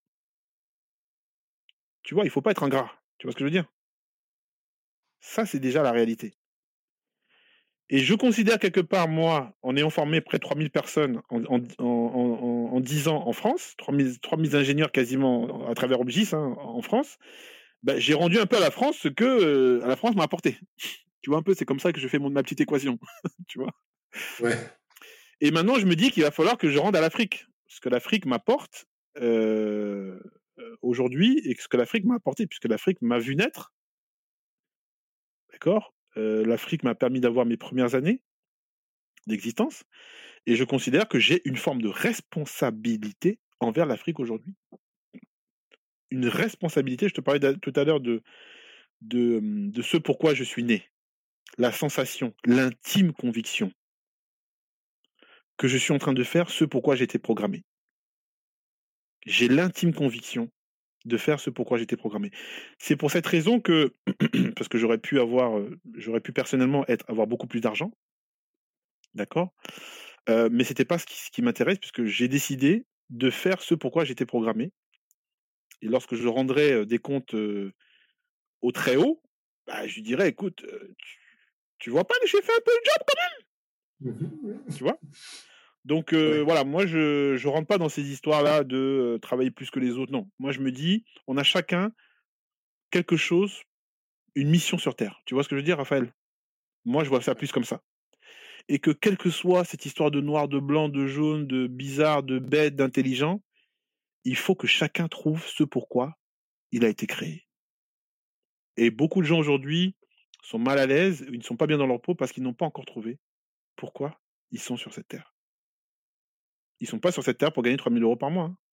Tu vois, il faut pas être ingrat. Tu vois ce que je veux dire? Ça, c'est déjà la réalité. Et je considère quelque part, moi, en ayant formé près de trois mille personnes en, en, en, en, en dix ans en France, trois mille ingénieurs quasiment à travers Obgis hein, en France, ben, j'ai rendu un peu à la France ce que euh, la France m'a apporté. Tu vois un peu, c'est comme ça que je fais mon, ma petite équation. Tu vois. Ouais. Et maintenant, je me dis qu'il va falloir que je rende à l'Afrique. Ce que l'Afrique m'apporte euh, aujourd'hui et ce que l'Afrique m'a apporté, puisque l'Afrique m'a vu naître. D'accord euh, L'Afrique m'a permis d'avoir mes premières années d'existence. Et je considère que j'ai une forme de responsabilité envers l'Afrique aujourd'hui. une responsabilité. Je te parlais d'a- tout à l'heure de, de, de ce pourquoi je suis né. La sensation, l'intime conviction que je suis en train de faire ce pourquoi j'ai été programmé. J'ai l'intime conviction de faire ce pourquoi j'ai été programmé. C'est pour cette raison que, parce que j'aurais pu avoir, euh, j'aurais pu personnellement être, avoir beaucoup plus d'argent, d'accord, euh, mais c'était pas ce qui, ce qui m'intéresse, puisque j'ai décidé de faire ce pourquoi j'étais programmé. Et lorsque je rendrai euh, des comptes euh, au très haut, bah, je lui dirais, écoute, euh, tu, tu vois pas que j'ai fait un peu le job quand même, Mhm. tu vois. Donc euh, Ouais. voilà, moi je je rentre pas dans ces histoires-là de euh, travailler plus que les autres. Non, moi je me dis, on a chacun quelque chose, une mission sur Terre. Tu vois ce que je veux dire, Raphaël? Moi je vois ça plus comme ça. Et que quelle que soit cette histoire de noir, de blanc, de jaune, de bizarre, de bête, d'intelligent, il faut que chacun trouve ce pourquoi il a été créé. Et beaucoup de gens aujourd'hui sont mal à l'aise, ils ne sont pas bien dans leur peau parce qu'ils n'ont pas encore trouvé pourquoi ils sont sur cette terre. Ils sont pas sur cette terre pour gagner trois mille euros par mois, hein.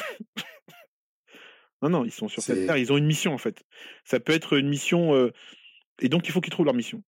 Non, non, ils sont sur cette terre, C'est... ils ont une mission en fait. Ça peut être une mission, euh, et donc il faut qu'ils trouvent leur mission.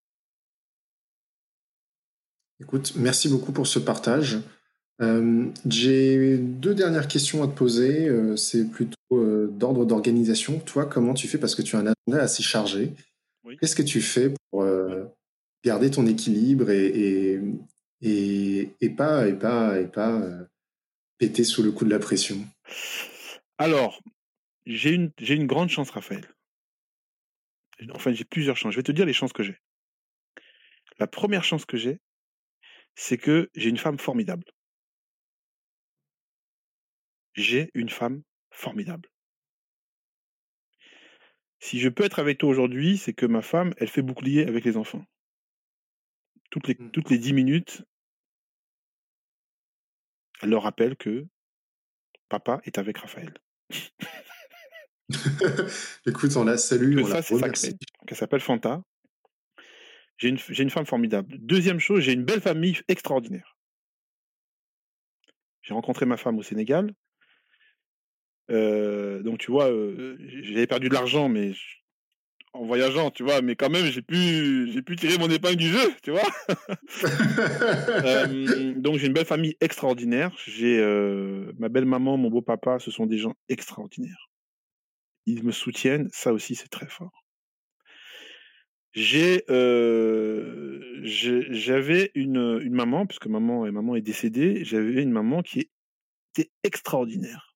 Écoute, merci beaucoup pour ce partage. Euh, j'ai deux dernières questions à te poser. Euh, c'est plutôt euh, d'ordre d'organisation. Toi, comment tu fais? Parce que tu as un agenda assez chargé. Oui, Qu'est-ce que tu fais pour oui. euh, garder ton équilibre et, et, et, et pas, et pas, et pas euh, péter sous le coup de la pression? Alors, j'ai une, j'ai une grande chance, Raphaël. Enfin, j'ai plusieurs chances. Je vais te dire les chances que j'ai. La première chance que j'ai, c'est que j'ai une femme formidable. J'ai une femme formidable. Si je peux être avec toi aujourd'hui, c'est que ma femme, elle fait bouclier avec les enfants. Toutes les, toutes les dix minutes, elle leur rappelle que papa est avec Raphaël. Écoute, on la salue, Que on la ça, c'est remercie. sacré. Elle s'appelle Fanta. J'ai une, j'ai une femme formidable. Deuxième chose, j'ai une belle famille extraordinaire. J'ai rencontré ma femme au Sénégal. Euh, donc, tu vois, euh, j'avais perdu de l'argent, mais je- en voyageant, tu vois, mais quand même, j'ai pu, j'ai pu tirer mon épingle du jeu, tu vois. Euh, donc, j'ai une belle famille extraordinaire. J'ai euh, ma belle maman, mon beau papa, ce sont des gens extraordinaires. Ils me soutiennent, ça aussi, c'est très fort. J'ai, euh, j'ai- j'avais une, une maman, puisque maman, et maman est décédée, j'avais une maman qui était extraordinaire.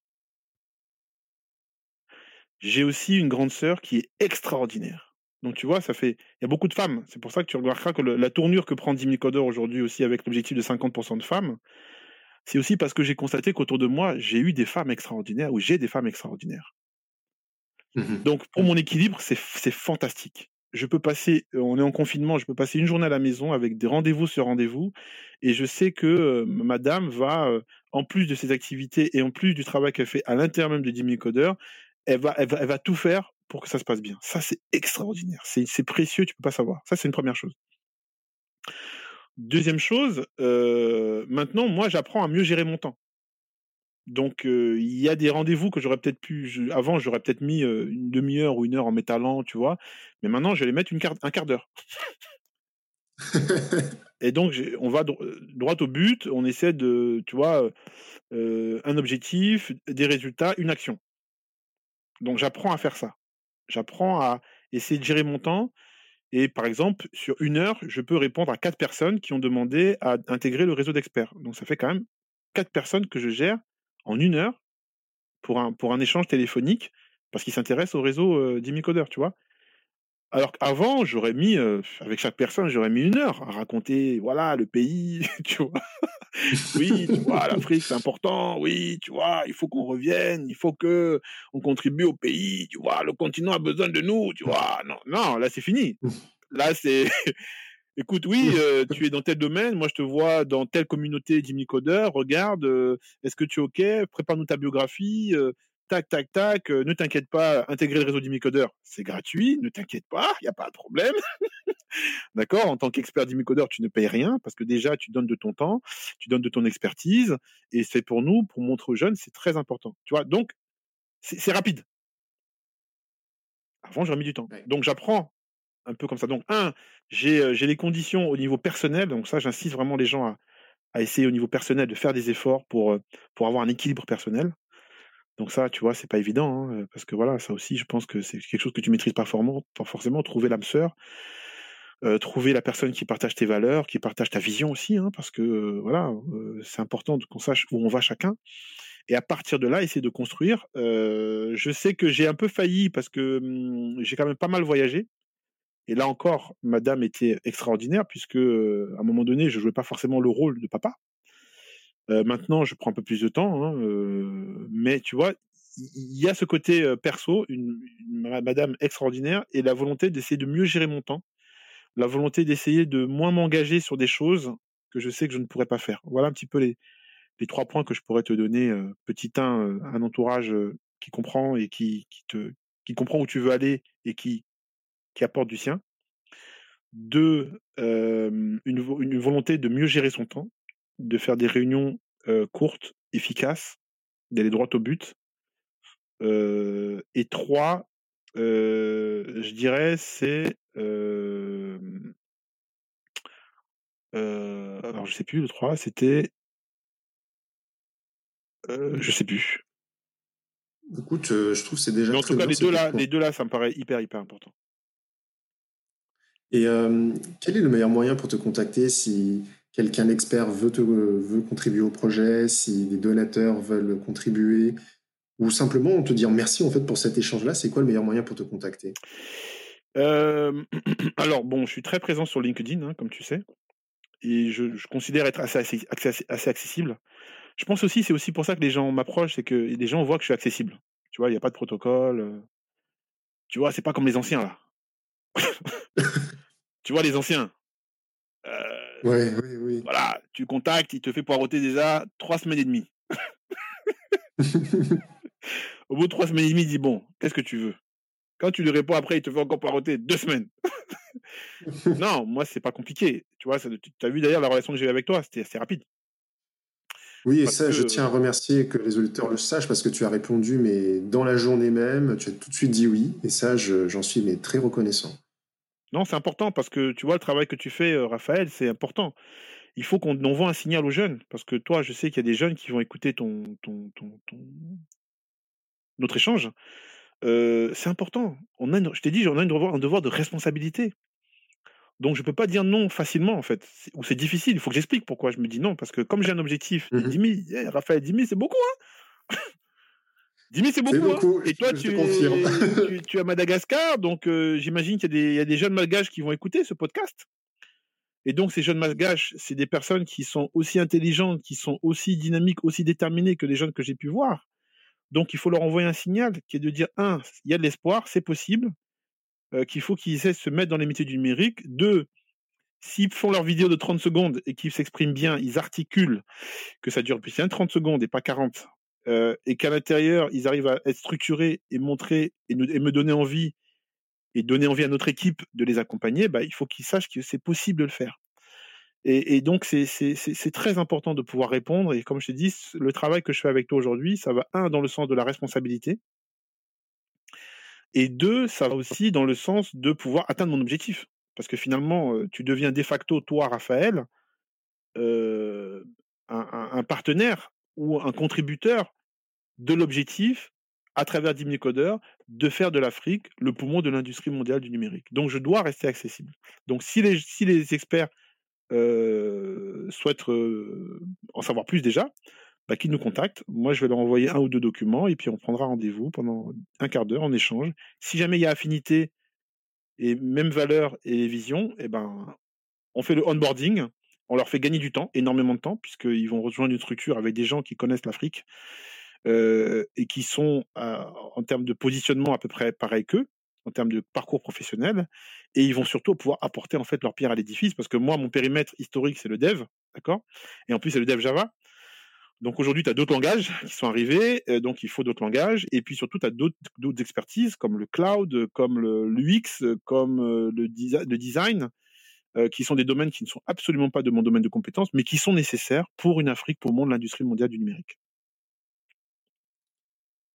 J'ai aussi une grande sœur qui est extraordinaire. Donc tu vois, ça fait, il y a beaucoup de femmes. C'est pour ça que tu remarqueras que le- la tournure que prend Jimmy Coder aujourd'hui aussi avec l'objectif de cinquante pour cent de femmes, c'est aussi parce que j'ai constaté qu'autour de moi, j'ai eu des femmes extraordinaires ou j'ai des femmes extraordinaires. Mhm. Donc pour mon équilibre, c'est c'est fantastique. Je peux passer, euh, on est en confinement, je peux passer une journée à la maison avec des rendez-vous sur rendez-vous, et je sais que euh, madame va, euh, en plus de ses activités et en plus du travail qu'elle fait à l'intérieur même de Jimmy Coder, elle va, elle va, elle va tout faire pour que ça se passe bien. Ça, c'est extraordinaire. C'est c'est précieux, tu peux pas savoir. Ça, c'est une première chose. Deuxième chose, euh, maintenant, moi, j'apprends à mieux gérer mon temps. Donc, euh, il y a des rendez-vous que j'aurais peut-être pu. je- avant, j'aurais peut-être mis euh, une demi-heure ou une heure en m'étalant, tu vois. Mais maintenant, je vais les mettre une quart- un quart d'heure. Et donc, j'ai- on va dro- euh, droit au but. On essaie de, tu vois, euh, un objectif, des résultats, une action. Donc, j'apprends à faire ça. J'apprends à essayer de gérer mon temps. Et par exemple, sur une heure, je peux répondre à quatre personnes qui ont demandé à intégrer le réseau d'experts. Donc, ça fait quand même quatre personnes que je gère en une heure pour un, pour un échange téléphonique parce qu'ils s'intéressent au réseau euh, d'Imicoder, tu vois. Alors qu'avant, j'aurais mis, euh, avec chaque personne, j'aurais mis une heure à raconter, voilà, le pays, tu vois. Oui, tu vois, l'Afrique, c'est important. Oui, tu vois, il faut qu'on revienne, il faut que on contribue au pays, tu vois. Le continent a besoin de nous, tu vois. Non, non, là, c'est fini. Là, c'est, écoute, oui, euh, tu es dans tel domaine, moi je te vois dans telle communauté Jimmy Coder, regarde, euh, est-ce que tu es OK? Prépare-nous ta biographie, euh, tac, tac, tac, euh, ne t'inquiète pas, intégrer le réseau Jimmy Coder, c'est gratuit, ne t'inquiète pas, il n'y a pas de problème. D'accord? En tant qu'expert Jimmy Coder, tu ne payes rien parce que déjà tu donnes de ton temps, tu donnes de ton expertise, et c'est pour nous, pour montrer aux jeunes, c'est très important. Tu vois, donc c'est c'est rapide. Avant, j'aurais mis du temps. Ouais. Donc, j'apprends un peu comme ça. Donc, un, j'ai, euh, j'ai les conditions au niveau personnel. Donc, ça, j'incite vraiment les gens à, à essayer au niveau personnel de faire des efforts pour, euh, pour avoir un équilibre personnel. Donc ça, tu vois, c'est pas évident, hein, parce que voilà, ça aussi, je pense que c'est quelque chose que tu maîtrises pas, forment, pas forcément. Trouver l'âme sœur, euh, trouver la personne qui partage tes valeurs, qui partage ta vision aussi, hein, parce que euh, voilà, euh, c'est important qu'on sache où on va chacun. Et à partir de là, essayer de construire. Euh, je sais que j'ai un peu failli parce que hum, j'ai quand même pas mal voyagé. Et là encore, madame était extraordinaire puisque euh, à un moment donné, je jouais pas forcément le rôle de papa. Euh, maintenant, je prends un peu plus de temps, hein, euh, mais tu vois, il y a ce côté euh, perso, une, une madame extraordinaire et la volonté d'essayer de mieux gérer mon temps, la volonté d'essayer de moins m'engager sur des choses que je sais que je ne pourrais pas faire. Voilà un petit peu les, les trois points que je pourrais te donner. Euh, petit un, euh, un entourage euh, qui comprend et qui, qui te qui comprend où tu veux aller et qui, qui apporte du sien. Deux, euh, une, vo- une volonté de mieux gérer son temps, de faire des réunions euh, courtes, efficaces, d'aller droit au but. Euh, et trois, euh, je dirais, c'est euh, euh, alors je sais plus, le trois, c'était euh, je sais plus. Écoute, euh, je trouve que c'est déjà Mais en tout très cas, bien les ces deux quatre là, points. les deux là, ça me paraît hyper hyper important. Et euh, quel est le meilleur moyen pour te contacter si quelqu'un d'expert veut, te, veut contribuer au projet, si des donateurs veulent contribuer, ou simplement te dire merci en fait pour cet échange-là? C'est quoi le meilleur moyen pour te contacter? Euh, alors bon, je suis très présent sur LinkedIn, hein, comme tu sais, et je, je considère être assez, assez, assez, assez accessible. Je pense aussi, c'est aussi pour ça que les gens m'approchent, c'est que les gens voient que je suis accessible. Tu vois, il n'y a pas de protocole. euh, Tu vois, c'est pas comme les anciens là. Tu vois, les anciens. euh, Ouais, oui, oui. voilà, tu contactes, il te fait poireauter déjà trois semaines et demie. Au bout de trois semaines et demie, il dit bon, qu'est-ce que tu veux? Quand tu lui réponds après, il te fait encore poireauter deux semaines. Non, moi, c'est pas compliqué. Tu vois, tu as vu d'ailleurs la relation que j'ai eue avec toi, c'était assez rapide. Oui, et Parce ça, que, je tiens à remercier que les auditeurs le sachent parce que tu as répondu, mais dans la journée même, tu as tout de suite dit oui, et ça, je- j'en suis mais très reconnaissant. non, c'est important parce que tu vois, le travail que tu fais, euh, Raphaël, c'est important. Il faut qu'on envoie un signal aux jeunes. Parce que toi, je sais qu'il y a des jeunes qui vont écouter ton, ton, ton, ton- notre échange. Euh, c'est important. On a une- je t'ai dit, on a une devoir- un devoir de responsabilité. Donc, je peux pas dire non facilement, en fait. C'est- Ou c'est difficile. Il faut que j'explique pourquoi je me dis non. Parce que comme j'ai un objectif des Mhm. dix mille, eh, Raphaël, dix mille, c'est beaucoup, hein. dix mille, c'est C'est beaucoup, hein. beaucoup, Et toi, je te tu confirme. es, tu, tu es à Madagascar. Donc, euh, j'imagine qu'il y a, des, il y a des jeunes malgaches qui vont écouter ce podcast. Et donc, ces jeunes malgaches, c'est des personnes qui sont aussi intelligentes, qui sont aussi dynamiques, aussi déterminées que les jeunes que j'ai pu voir. Donc, il faut leur envoyer un signal qui est de dire, un, il y a de l'espoir, c'est possible, euh, qu'il faut qu'ils essaient de se mettre dans les métiers du numérique. Deux, s'ils font leur vidéo de trente secondes et qu'ils s'expriment bien, ils articulent, que ça dure plus bien trente secondes et pas quarante, euh, et qu'à l'intérieur, ils arrivent à être structurés et montrer et, nous, et me donner envie et donner envie à notre équipe de les accompagner, bah, il faut qu'ils sachent que c'est possible de le faire. Et, et donc, c'est, c'est, c'est, c'est très important de pouvoir répondre. Et comme je t'ai dit, le travail que je fais avec toi aujourd'hui, ça va, un, dans le sens de la responsabilité. Et deux, ça va aussi dans le sens de pouvoir atteindre mon objectif. Parce que finalement, euh, tu deviens de facto, toi, Raphaël, euh, un, un, un partenaire ou un contributeur de l'objectif, à travers dix mille codeurs, de faire de l'Afrique le poumon de l'industrie mondiale du numérique. Donc, je dois rester accessible. Donc, si les, si les experts euh, souhaitent euh, en savoir plus déjà, bah, qu'ils nous contactent. Moi, je vais leur envoyer un ou deux documents et puis on prendra rendez-vous pendant un quart d'heure en échange. Si jamais il y a affinité et même valeur et vision, eh ben, on fait le onboarding. On leur fait gagner du temps, énormément de temps, puisqu'ils vont rejoindre une structure avec des gens qui connaissent l'Afrique euh, et qui sont, euh, en termes de positionnement, à peu près pareil qu'eux, en termes de parcours professionnel, et ils vont surtout pouvoir apporter en fait leur pierre à l'édifice, parce que moi, mon périmètre historique, c'est le dev, d'accord. Et en plus, c'est le dev Java. Donc aujourd'hui, tu as d'autres langages qui sont arrivés, euh, donc il faut d'autres langages, et puis surtout, tu as d'autres, d'autres expertises, comme le cloud, comme le, l'U X, comme euh, le, desi- le design, euh, qui sont des domaines qui ne sont absolument pas de mon domaine de compétences, mais qui sont nécessaires pour une Afrique, pour le monde de l'industrie mondiale du numérique.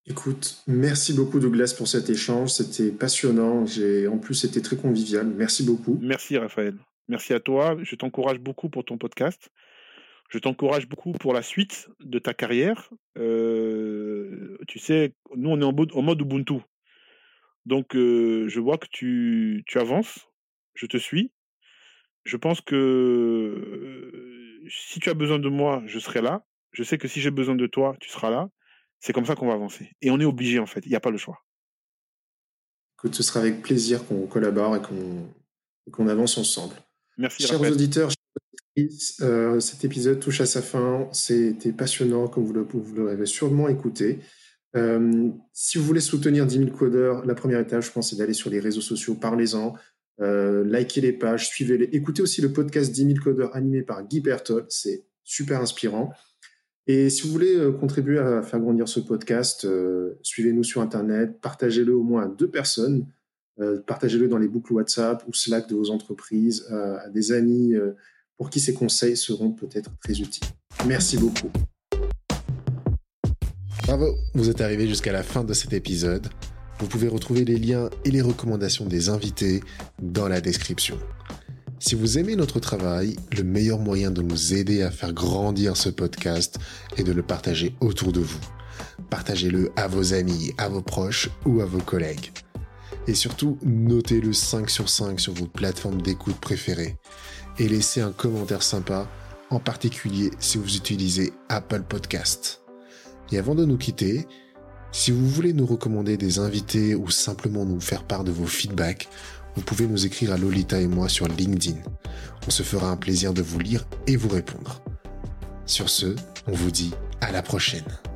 Écoute, merci beaucoup Douglas pour cet échange, c'était passionnant, j'ai... en plus c'était très convivial, merci beaucoup. Merci Raphaël, merci à toi, je t'encourage beaucoup pour ton podcast, je t'encourage beaucoup pour la suite de ta carrière. Euh, tu sais, nous on est en mode, en mode Ubuntu, donc euh, je vois que tu, tu avances, je te suis, je pense que euh, si tu as besoin de moi, je serai là, je sais que si j'ai besoin de toi, tu seras là. C'est comme ça qu'on va avancer. Et on est obligé, en fait. Il n'y a pas le choix. Écoute, ce sera avec plaisir qu'on collabore et qu'on, et qu'on avance ensemble. Merci, chers Raphaël. auditeurs, chers auditrices, euh, cet épisode touche à sa fin. C'était passionnant, comme vous, le, vous l'aurez sûrement écouté. Euh, si vous voulez soutenir dix mille codeurs, la première étape, je pense, c'est d'aller sur les réseaux sociaux, parlez-en, euh, likez les pages, suivez-les. Écoutez aussi le podcast dix mille codeurs animé par Guy Berthold, c'est super inspirant. Et si vous voulez euh, contribuer à faire grandir ce podcast, euh, suivez-nous sur Internet, partagez-le au moins à deux personnes, euh, partagez-le dans les boucles WhatsApp ou Slack de vos entreprises, euh, à des amis euh, pour qui ces conseils seront peut-être très utiles. Merci beaucoup. Bravo, vous êtes arrivé jusqu'à la fin de cet épisode. Vous pouvez retrouver les liens et les recommandations des invités dans la description. Si vous aimez notre travail, le meilleur moyen de nous aider à faire grandir ce podcast est de le partager autour de vous. Partagez-le à vos amis, à vos proches ou à vos collègues. Et surtout, notez-le cinq sur cinq sur vos plateformes d'écoute préférées. Et laissez un commentaire sympa, en particulier si vous utilisez Apple Podcast. Et avant de nous quitter, si vous voulez nous recommander des invités ou simplement nous faire part de vos feedbacks, vous pouvez nous écrire à Lolita et moi sur LinkedIn. On se fera un plaisir de vous lire et vous répondre. Sur ce, on vous dit à la prochaine.